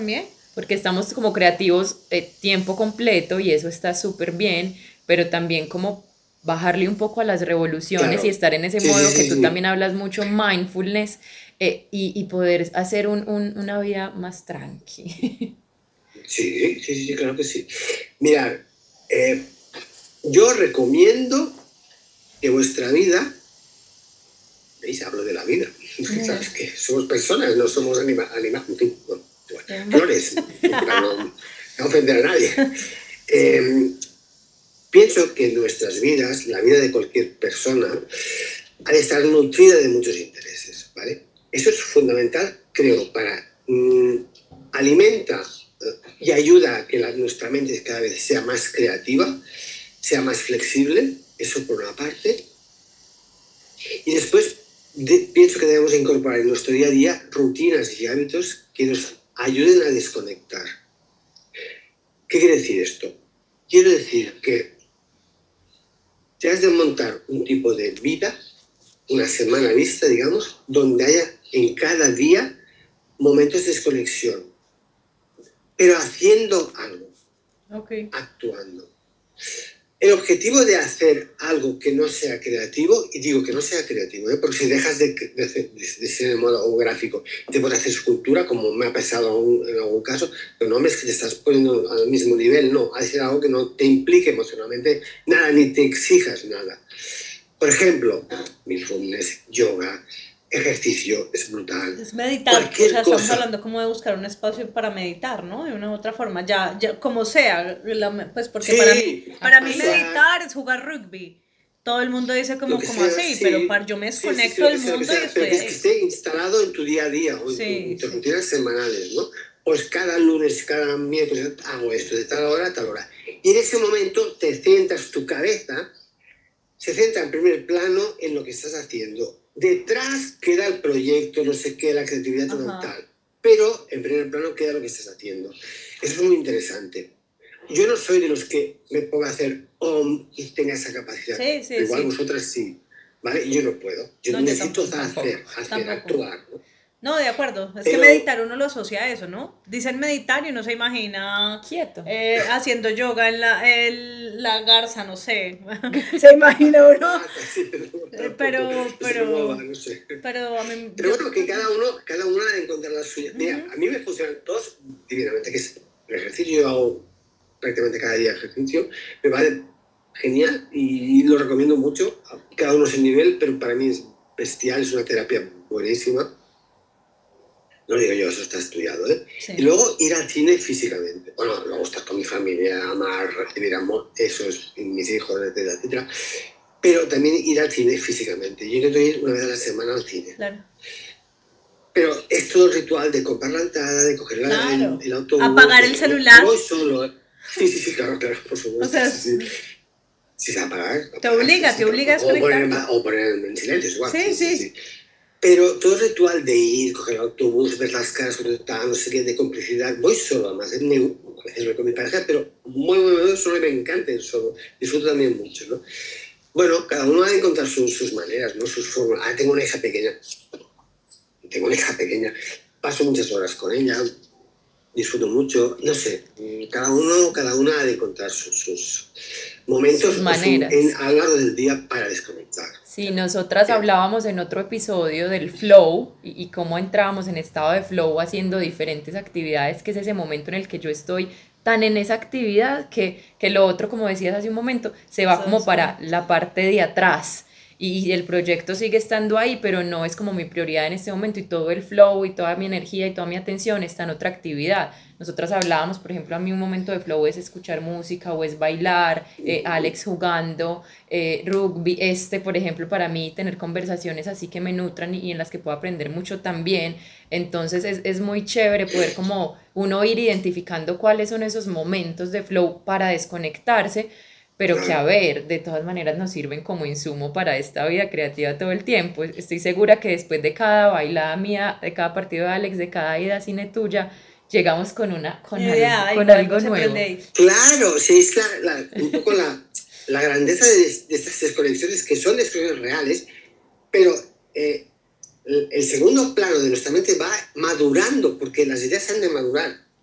porque estamos como creativos eh, tiempo completo y eso está súper bien, pero también como bajarle un poco a las revoluciones y Claro. estar en ese Sí, sí, modo que sí, tú sí. también hablas mucho, mindfulness, eh, y, y poder hacer un, un- una vida más tranqui. Sí, sí, sí, sí, claro que sí. Mirad, eh, yo recomiendo que vuestra vida, ¿veis? Hablo de la vida. Sabes que somos personas, no somos animales, anima, en fin, bueno, flores, para no, no ofender a nadie. Eh, pienso que nuestras vidas, la vida de cualquier persona, ha de estar nutrida de muchos intereses, ¿vale? Eso es fundamental, creo, para mmm, alimenta eh, y ayuda a que la, nuestra mente cada vez sea más creativa, sea más flexible, eso por una parte. Y después de, pienso que debemos incorporar en nuestro día a día rutinas y hábitos que nos ayuden a desconectar. ¿Qué quiere decir esto? Quiero decir que te has de montar un tipo de vida, una semana vista, digamos, donde haya en cada día momentos de desconexión, pero haciendo algo, Ok. actuando. El objetivo de hacer algo que no sea creativo, y digo que no sea creativo, ¿eh? Porque si dejas de, de, de, de ser de modo un gráfico, te puedes hacer escultura, como me ha pasado un, en algún caso, pero no es que te estás poniendo al mismo nivel, no, ha de ser algo que no te implique emocionalmente nada, ni te exijas nada. Por ejemplo, mindfulness, yoga, ejercicio, es brutal. Es meditar, o Cualquier sea, estamos cosa. hablando como de buscar un espacio para meditar, ¿no? De una u otra forma, ya, ya como sea, la- pues porque para mí, Sí, para mí pasar, meditar es jugar rugby. Todo el mundo dice lo como, que como sea, así, pero para, sí, yo me sí, sí, sí, desconecto lo del que sea, lo que mundo y sea, pero estoy que, es que ahí. esté instalado en tu día a día o en, tu, Sí, en tus sí. rutinas semanales, ¿no? Pues cada lunes, cada miércoles hago esto, de tal hora a tal hora. Y en ese momento te centras, tu cabeza se centra en primer plano en lo que estás haciendo. Detrás queda el proyecto, no sé qué, la creatividad, todo Ajá. tal. Pero en primer plano queda lo que estás haciendo. Eso es muy interesante. Yo no soy de los que me ponga a hacer om y tenga esa capacidad. Sí, sí, Pero igual sí. vosotras sí, ¿vale? Y yo no puedo. Yo No, yo necesito tampoco. hacer, Tampoco. hacer, Tampoco. actuar, ¿no? No, de acuerdo. Es que Pero meditar uno lo asocia a eso, ¿no? Dicen meditar y uno se imagina Quieto. eh, haciendo yoga en la, en la garza, no sé. Se imagina uno. ah, sí, pero Eh, tampoco. Pero, No sé cómo va, pero, no sé. pero a mí, Pero yo bueno, que también. cada uno, cada uno ha de encontrar la suya. Mira, Ujú. a mí me funcionan todos divinamente, que es el ejercicio, yo hago prácticamente cada día ejercicio, me va genial y lo recomiendo mucho. Cada uno es el nivel, pero para mí es bestial, es una terapia buenísima. No digo yo, eso está estudiado, ¿eh? Sí. Y luego ir al cine físicamente. Bueno, luego estar con mi familia, amar, recibir amor, eso es mis hijos, etcétera, etcétera. Pero también ir al cine físicamente. Yo intento ir una vez a la semana al cine. Claro. Pero es todo el ritual de comprar la entrada, de coger la, Claro. el, el autobús. Apagar de, el celular. Voy solo. ¿eh? Sí, sí, sí, claro, claro, por O supuesto. sea, Sí, es- sí. Sí, se apagar. te apagar, obliga, sí, te sí, obliga a o poner, desconectarte. o poner en silencio, es igual. Sí, Sí, sí, sí. sí. Pero todo el ritual de ir, coger el autobús, ver las caras, tal, no sé qué, de complicidad. Voy solo, además. Me, a veces voy con mi pareja, pero muy, muy, muy solo me encanta ir solo. Disfruto también mucho, ¿no? Bueno, cada uno ha de encontrar sus, sus maneras, ¿no? Sus formas. Ah, tengo una hija pequeña. Tengo una hija pequeña. Paso muchas horas con ella. Disfruto mucho. No sé. Cada uno, cada una ha de encontrar sus, sus momentos Sus o su, maneras. en, a lo largo del día para desconectar. Sí, nosotras Bien. hablábamos en otro episodio del flow y, y cómo entrábamos en estado de flow haciendo diferentes actividades, que es ese momento en el que yo estoy tan en esa actividad que, que lo otro, como decías hace un momento, se va Se como para desconecta. la parte de atrás y el proyecto sigue estando ahí, pero no es como mi prioridad en este momento y todo el flow y toda mi energía y toda mi atención está en otra actividad. Nosotras hablábamos, por ejemplo, a mí un momento de flow es escuchar música o es bailar, eh, Alex jugando, eh, rugby, este, por ejemplo, para mí tener conversaciones así que me nutran y, y en las que puedo aprender mucho también. Entonces es, es muy chévere poder como uno ir identificando cuáles son esos momentos de flow para desconectarse, pero que a Claro. ver, de todas maneras nos sirven como insumo para esta vida creativa todo el tiempo. Estoy segura que después de cada bailada mía, de cada partido de Alex, de cada ida a cine tuya, llegamos con, una, con, Idea, algo, con algo, algo algo se nuevo. prende ahí. Claro, sí, es la, la, un poco la, la grandeza de, de estas desconexiones, que son desconexiones reales, pero eh, el, el segundo plano de nuestra mente va madurando, porque las ideas han de madurar.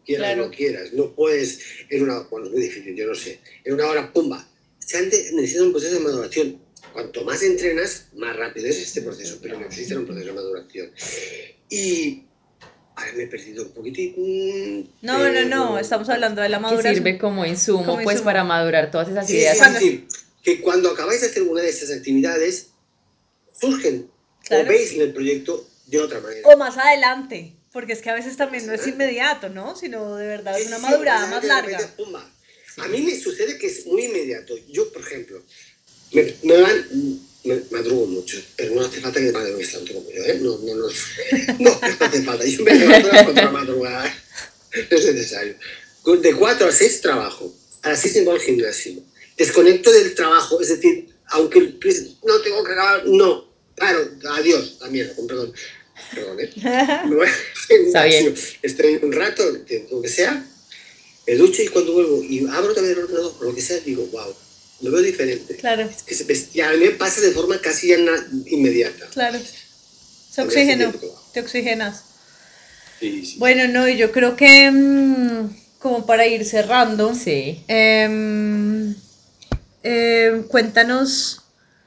quieras Claro. o no quieras. No puedes en una, bueno, es muy difícil, yo no sé, en una hora, pumba. Se necesita un proceso de maduración. Cuanto más entrenas, más rápido es este proceso, pero necesita un proceso de maduración. Y ahora me he perdido un poquitín. No, pero... no, no, estamos hablando de la Que maduración. sirve como insumo, Como pues, insumo. para madurar todas esas Sí, ideas. sí, es decir, que cuando acabáis de hacer una de estas actividades, surgen Claro. o veis en el proyecto de otra manera. O más adelante, porque es que a veces también no es inmediato, ¿no? Sino de verdad Sí, es una sí, madurada sí, más de repente, larga. pumba. A mí me sucede que es muy inmediato. Yo, por ejemplo, me, me van, me madrugo mucho, pero no hace falta que me madrugues tanto como yo, ¿eh? No, no, no, no, no hace falta. Yo me levanto a las cuatro de la madrugada, no es necesario. De cuatro a seis trabajo, a las seis me voy al gimnasio. Desconecto del trabajo, es decir, aunque no tengo que acabar, no, paro, adiós, la mierda, con perdón. Perdón, ¿eh? Me voy al gimnasio, estoy un rato, lo que sea, me ducho y cuando vuelvo y abro también el ordenador, lo que sea, digo, wow, lo veo diferente. Claro. Es que es bestial, a mí me pasa de forma casi ya na- inmediata. Claro. Se oxígeno, te oxigenas. Sí, sí. Bueno, no, y yo creo que mmm, como para ir cerrando, Sí. eh, eh, cuéntanos,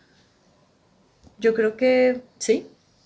yo creo que... ¿Sí?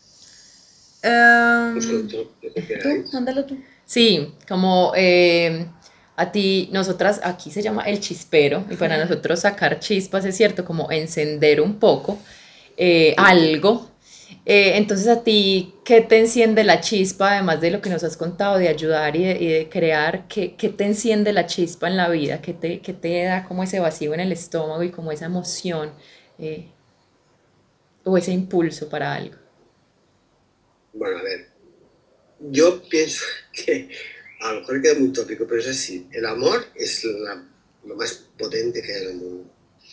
Um, Pues con todo lo que tú, queráis. mándalo tú. Sí, como eh, a ti, nosotras, aquí se llama el chispero, y para nosotros sacar chispas es cierto, como encender un poco eh, algo. Eh, entonces a ti, ¿qué te enciende la chispa, además de lo que nos has contado, de ayudar y de, y de crear? ¿Qué, qué te enciende la chispa en la vida? ¿Qué te, qué te da como ese vacío en el estómago y como esa emoción eh, o ese impulso para algo? Bueno, a ver, yo pienso que a lo mejor queda muy tópico, pero es así. El amor es la, lo más potente que hay en el mundo.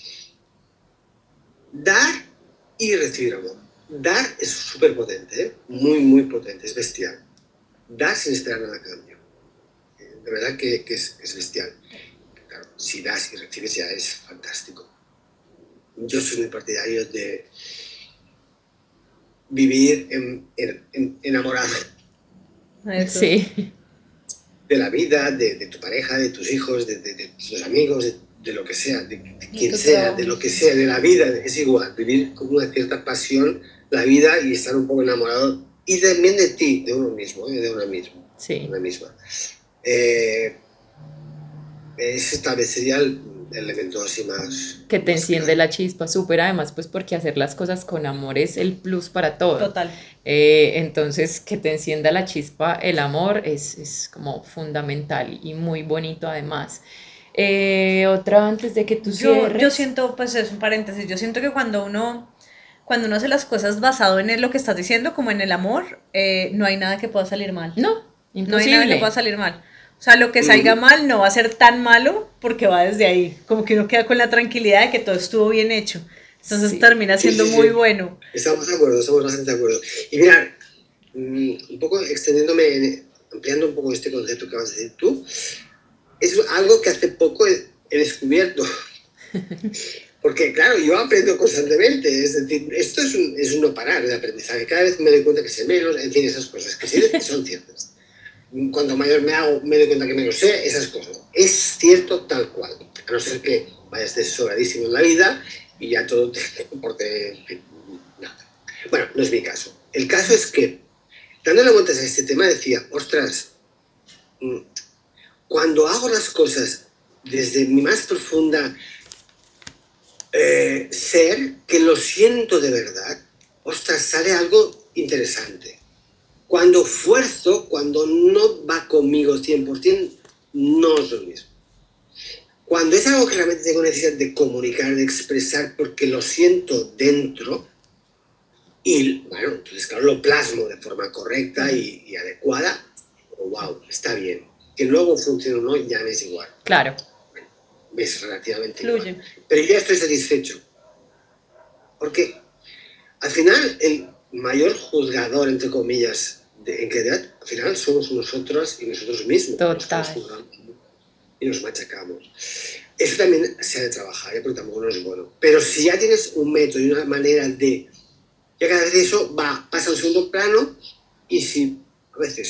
Dar y recibir amor. Dar es súper potente, ¿eh? Muy, muy potente, es bestial. Dar sin esperar nada a cambio. De verdad que, que es, es bestial. Claro, si das y recibes ya es fantástico. Yo soy muy partidario de vivir en, en, en, enamorado. Eso. Sí, De la vida, de, de tu pareja, de tus hijos, de, de, de tus amigos, de, de lo que sea, de, de quien tu sea, trabajo. de lo que sea, de la vida, es igual, vivir con una cierta pasión la vida y estar un poco enamorado y también de ti, de uno mismo, ¿eh? de una misma, sí. de una misma. Eh, ese tal vez sería el, el elemento así más... Que te más enciende claro. la chispa, súper además, pues porque hacer las cosas con amor es el plus para todo. Total. Eh, entonces, que te encienda la chispa, el amor es, es como fundamental y muy bonito además. Eh, otra antes de que tú Yo, cierres. yo siento, pues es un paréntesis, yo siento que cuando uno, cuando uno hace las cosas basado en lo que estás diciendo, como en el amor, eh, no hay nada que pueda salir mal. No, No hay imposible. nada que pueda salir mal. O sea, lo que salga mal no va a ser tan malo porque va desde ahí. Como que uno queda con la tranquilidad de que todo estuvo bien hecho. Entonces Sí. termina Sí, siendo sí, sí. muy bueno. Estamos de acuerdo, estamos bastante de acuerdo. Y mira, un poco extendiéndome, en- ampliando un poco este concepto que vas a decir tú, es algo que hace poco he, he descubierto. Porque, claro, yo aprendo constantemente, es decir, esto es un, es un no parar de aprendizaje. Cada vez me doy cuenta que sé menos, en fin, esas cosas que sí que son ciertas. Cuanto mayor me hago, me doy cuenta que menos sé, esas cosas. Es cierto tal cual, a no ser que vayas desobradísimo en la vida y ya todo te comporte, en fin, nada. Bueno, no es mi caso. El caso es que, dándole vueltas a este tema, decía, ostras, cuando hago las cosas desde mi más profunda eh, ser, que lo siento de verdad, ostras, sale algo interesante. Cuando fuerzo, cuando no va conmigo cien por ciento, no es lo mismo. Cuando es algo que realmente tengo necesidad de comunicar, de expresar, porque lo siento dentro, y bueno, entonces claro, lo plasmo de forma correcta y, y adecuada, oh, wow, está bien. Que luego funcione o no, ya me es igual. Claro. Bueno, me es relativamente Fluye. igual. Pero yo ya estoy satisfecho. Porque al final el mayor juzgador, entre comillas, de, en realidad, al final somos nosotros y nosotros mismos. Total. Nos juzgamos y nos machacamos. Eso también se ha de trabajar, ¿eh? Porque tampoco no es bueno. Pero si ya tienes un método y una manera de... Ya cada vez eso va, pasa a un segundo plano y si a veces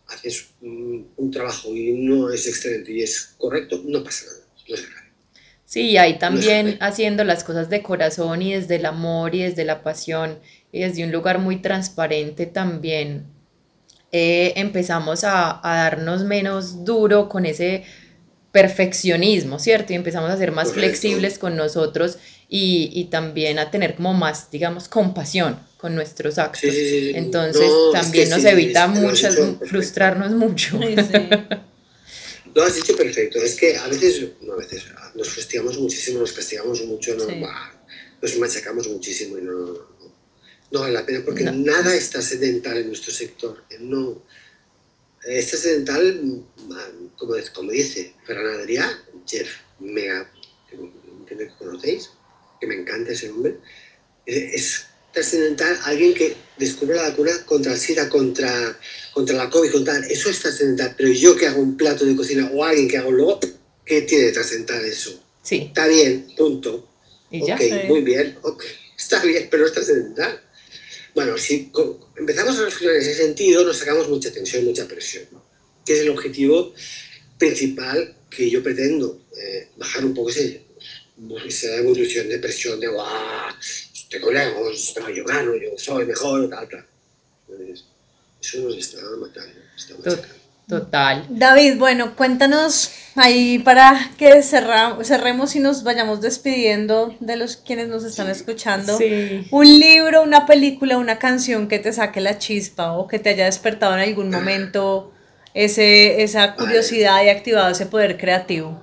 haces un, un trabajo y no es excelente y es correcto, no pasa nada, no es grave. Sí, y ahí No es también grave. haciendo las cosas de corazón y desde el amor y desde la pasión y desde un lugar muy transparente también eh, empezamos a, a darnos menos duro con ese perfeccionismo, ¿cierto? Y empezamos a ser más Correcto. flexibles con nosotros y, y también a tener como más, digamos, compasión con nuestros Sí, actos. sí, sí, sí. Entonces No, es que también nos sí, evita es- lo has muchas, dicho perfecto. frustrarnos mucho. Ay, sí. Lo has dicho perfecto. Es que a veces, no a veces, nos frustramos muchísimo, nos castigamos mucho, no, Sí. bah, nos machacamos muchísimo y no, no, no vale la pena porque No, nada es trascendental en nuestro sector. No, es trascendental, como, como dice Ferran Adrià, Jeff Mega, que me conocéis, que me encanta ese nombre, es trascendental alguien que descubre la vacuna contra el SIDA, contra, contra la COVID, contra, eso es trascendental, pero yo que hago un plato de cocina o alguien que hago luego, ¿qué tiene de trascendental eso? sí, Está bien, punto. y Ok, ya. muy Sí. bien, ok, está bien, pero no es trascendental. Bueno, si empezamos a reflexionar en ese sentido, nos sacamos mucha tensión, mucha presión, ¿no? Que es el objetivo principal que yo pretendo, eh, bajar un poco ese, esa evolución de presión de ¡guau! Tengo lejos, yo gano, yo soy mejor, tal, tal. Entonces, eso nos está matando, nos está To- machacando. Total. David, bueno, cuéntanos ahí para que cerra- cerremos y nos vayamos despidiendo de los quienes nos están Sí. escuchando. Sí. Un libro, una película, una canción que te saque la chispa o que te haya despertado en algún momento ese, esa Vale. curiosidad y activado ese poder creativo.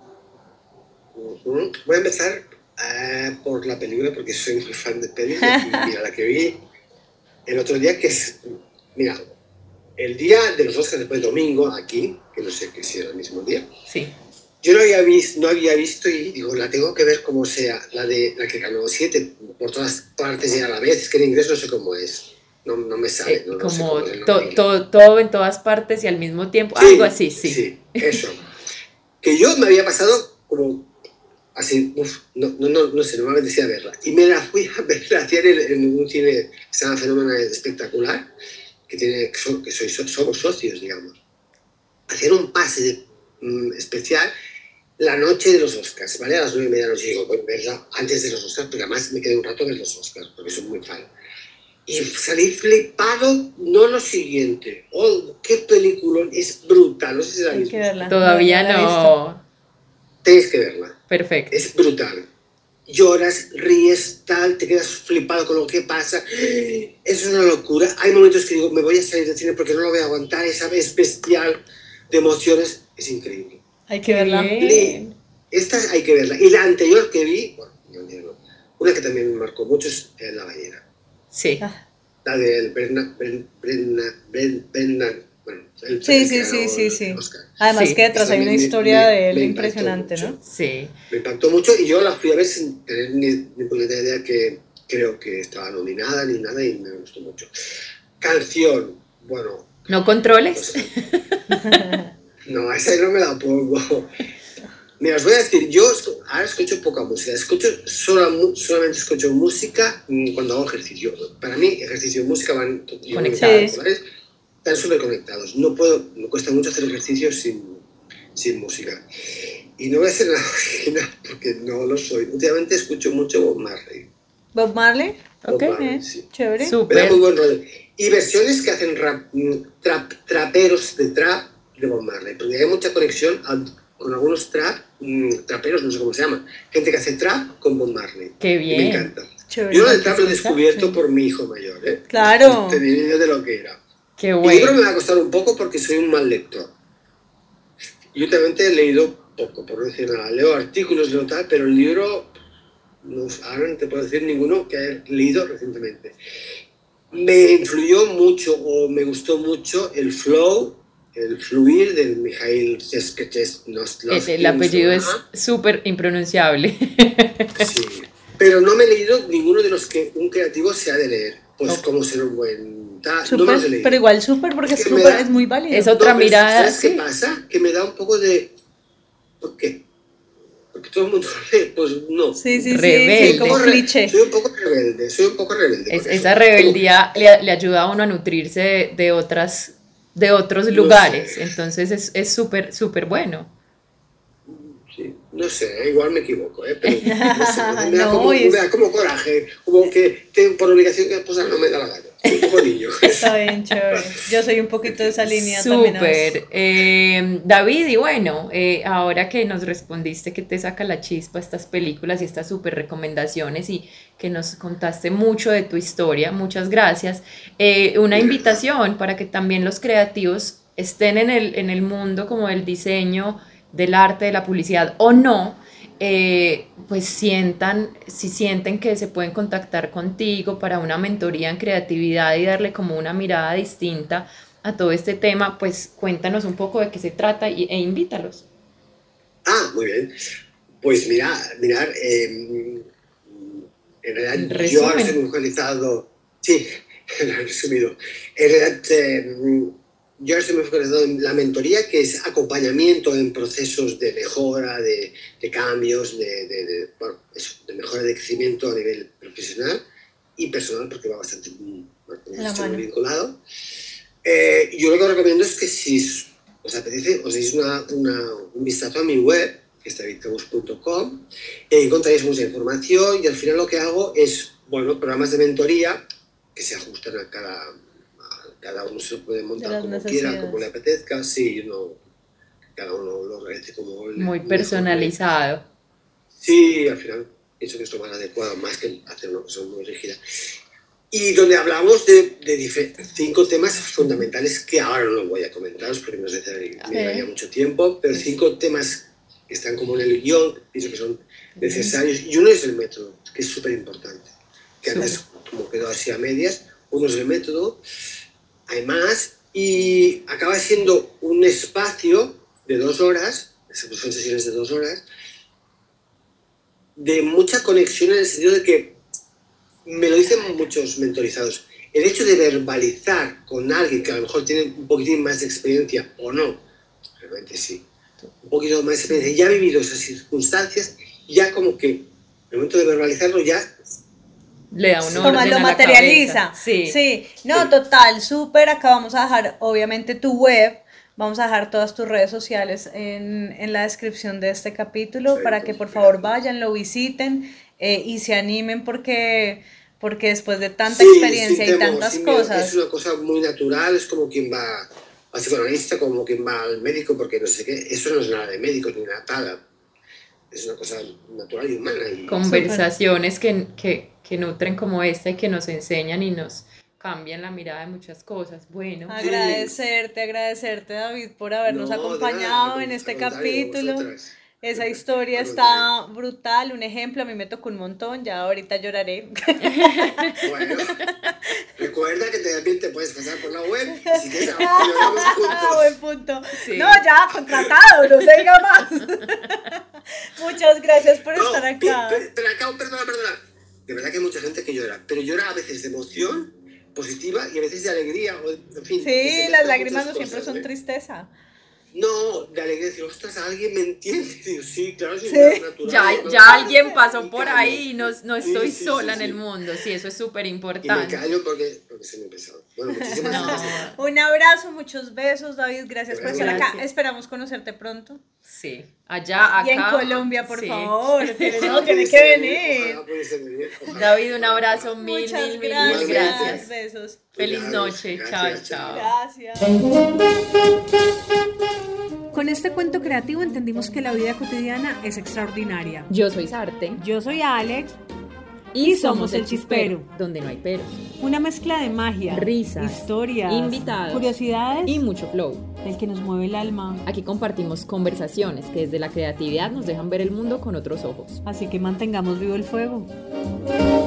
Uh-huh. Voy a empezar uh, por la película porque soy muy fan de pelis y mira la que vi el otro día que es, mira, el día de los Oscars después domingo aquí, que no sé si era el mismo día, Sí. yo no había, visto, no había visto y digo, la tengo que ver como sea, la de la que ganó siete por todas partes y a la vez, es que en inglés no sé cómo es, no, no me sale, Eh, no, no sé como cómo es el nombre en to- inglés. to- todo en todas partes y al mismo tiempo, algo Sí, así, sí. sí, eso. Que yo me había pasado como así, uf, no, no, no, no sé, no me apetecía verla. Y me la fui a ver, la hacían en, en un cine que se llama Fenómeno Espectacular, que, tiene, que, son, que soy, somos socios, digamos. Hacían un pase de, um, especial la noche de los Oscars, ¿vale? A las nueve y media de la noche. Digo, pues verla antes de los Oscars, porque además me quedé un rato a ver los Oscars, porque soy muy fan. Y salí flipado, no lo siguiente. ¡Oh, qué película! Es brutal, no sé si la Hay habéis que visto. verla. Todavía no la he visto. no. Tenéis que verla. Perfecto. Es brutal. Lloras, ríes, tal, te quedas flipado con lo que pasa. Es una locura. Hay momentos que digo, me voy a salir del cine porque no lo voy a aguantar. Esa vez bestial de emociones es increíble. Hay que Qué verla. bien. Esta hay que verla. Y la anterior que vi, bueno, no, no, una que también me marcó mucho es La Ballena. Sí. Ah. La del Brennan, Brennan, Brennan, bueno, el, Sí, el sí, que sí, ganó sí, el sí. Oscar. Además Sí. que detrás Esta hay me, una me, historia me, de él me impactó impresionante, mucho. ¿no? Sí. Me impactó mucho y yo la fui a ver sin tener ni, ni puñetera idea que creo que estaba nominada ni nada y me gustó mucho. Canción, bueno, ¿No controles? pues, no, esa no me la pongo. Mira, os voy a decir, yo ahora escucho poca música, escucho sola, solamente escucho música cuando hago ejercicio. Para mí, ejercicio y música van Conectados. Sí. ¿vale? Están súper conectados. No puedo, me cuesta mucho hacer ejercicio sin, sin música. Y no voy a hacer nada original porque no lo soy. Últimamente escucho mucho Bob Marley. Bob Marley. Ok. Bob Marley, Eh, sí. chévere. Me da Súper. muy buen rollo. Y versiones que hacen rap, trap, traperos de trap de Bob Marley. Porque hay mucha conexión a, con algunos trap, mmm, traperos, no sé cómo se llama. Gente que hace trap con Bob Marley. Qué Y me bien. encanta. Chévere. Yo Hay el que trap lo he escuchar, descubierto sí. por mi hijo mayor, ¿eh? Claro. Tenía idea de lo que era. Qué El libro me bueno. va a costar un poco porque soy un mal lector. Yo últimamente he leído poco, por no decir nada. Leo artículos, leo tal, pero el libro, no, ahora no te puedo decir ninguno que haya leído recientemente. Me influyó mucho o me gustó mucho el flow, el fluir del Mikhail Csikszentmihalyi. El, el apellido es súper impronunciable. Sí, pero no me he leído ninguno de los que un creativo se ha de leer. Pues Ok. cómo ser un buen... tal, Súper, no me los he leído. pero igual súper porque Es es, que me súper- da- es muy válido. Es otra No, pero mirada, ¿sabes qué sí. pasa? Que me da un poco de... ¿Por qué? Porque todo el mundo lee, pues no. Sí, sí, sí, Rebelde. sí, como Re- cliché. Soy un poco rebelde, soy un poco rebelde. Es, con esa eso. rebeldía le, le ayuda a uno a nutrirse de, de otras de otros lugares, no entonces es súper, súper bueno. Sí, no sé, igual me equivoco, ¿eh? Pero no sé, me, da no, como, es... me da como coraje, como que tengo por obligación que esposa no me da la gana. Un poco niño. Está bien, chévere. Yo soy un poquito de esa línea Súper. también. Súper. Eh, David, y bueno, eh, ahora que nos respondiste que te saca la chispa estas películas y estas súper recomendaciones y que nos contaste mucho de tu historia, muchas gracias. Eh, una invitación para que también los creativos estén en el, en el mundo como del diseño, del arte, de la publicidad o no, eh, pues sientan, si sienten que se pueden contactar contigo para una mentoría en creatividad y darle como una mirada distinta a todo este tema, pues cuéntanos un poco de qué se trata y, e invítalos. Ah, muy bien. Pues mira, mirar, eh, en realidad yo ahora estoy muy focalizado, sí, resumido, en realidad eh, yo ahora estoy muy focalizado en la mentoría, que es acompañamiento en procesos de mejora, de, de cambios, de, de, de, bueno, eso, de mejora de crecimiento a nivel profesional y personal, porque va bastante, bastante muy vinculado. Eh, yo lo que os recomiendo es que si os apetece, os deis una, una, un vistazo a mi web, que es david cabús punto com, y encontraréis mucha información y al final lo que hago es, bueno, programas de mentoría que se ajustan a cada... Cada uno se puede montar como quiera, como le apetezca, sí, uno, cada uno lo realice como le, muy personalizado. Mejor. Sí, al final pienso que es lo más adecuado, más que hacer una cosa muy rígida. Y donde hablamos de, de cinco temas fundamentales que ahora no voy a comentaros porque no sé si me daría mucho tiempo, pero cinco temas que están como en el guión, pienso que son necesarios. Y uno es el método, que es súper importante, que antes como quedó así a medias. Uno es el método. Hay más, y acaba siendo un espacio de dos horas, son sesiones de dos horas, de mucha conexión en el sentido de que, me lo dicen muchos mentorizados, el hecho de verbalizar con alguien que a lo mejor tiene un poquitín más de experiencia, o no, realmente sí, un poquito más de experiencia, ya ha vivido esas circunstancias, ya como que, en el momento de verbalizarlo ya... le da un orden como lo a materializa. La sí. sí, no, sí. Total, súper. Acá vamos a dejar, obviamente, tu web. Vamos a dejar todas tus redes sociales en, en la descripción de este capítulo sí, para que por favor vayan, lo visiten eh, y se animen porque, porque después de tanta sí, experiencia sí, y temo, tantas sí, cosas. Es una cosa muy natural, es como quien va al psicoanalista, como quien va al médico, porque no sé qué. Eso no es nada de médicos ni nada tal. Es una cosa natural y humana. Y conversaciones que, que, que nutren como esta y que nos enseñan y nos cambian la mirada de muchas cosas. Bueno, agradecerte, agradecerte, David, por habernos no, acompañado nada, en este capítulo. Esa historia está brutal, un ejemplo, a mí me tocó un montón, ya ahorita lloraré. Bueno, recuerda que también te puedes pasar por la web, si quieres lloramos juntos. Buen punto. Sí. No, ya, contratado, no se diga más. Muchas gracias por no, estar acá. Pero, pero acá, perdona, perdona. De verdad que hay mucha gente que llora, pero llora a veces de emoción positiva y a veces de alegría, o, en fin. Sí, las lágrimas no siempre son ¿eh? Tristeza. No, de alegría, decir, ostras, alguien me entiende. Digo, sí, claro, sí, ¿sí? Natural, ya, no, ya no, alguien pasó por ahí y no, no estoy sí, sí, sola sí, sí, en el mundo. Sí, eso es súper importante. Y me callo porque, porque se me ha empezado. Bueno, muchísimas no. gracias. Un abrazo, muchos besos, David. Gracias por estar acá. Esperamos conocerte pronto. Sí, allá, acá. Y en Colombia, por sí. favor. No, tiene que venir. venir. David, un abrazo, mil, Muchas mil, gracias. mil gracias. Besos. Feliz noche. Gracias, chao, chao. Gracias. Con este cuento creativo entendimos que la vida cotidiana es extraordinaria. Yo soy Sarte. Yo soy Alex. Y, y somos El Chispero, donde no hay peros. Una mezcla de magia, risas, historias, invitados, curiosidades y mucho flow. El que nos mueve el alma. Aquí compartimos conversaciones que desde la creatividad nos dejan ver el mundo con otros ojos. Así que mantengamos vivo el fuego.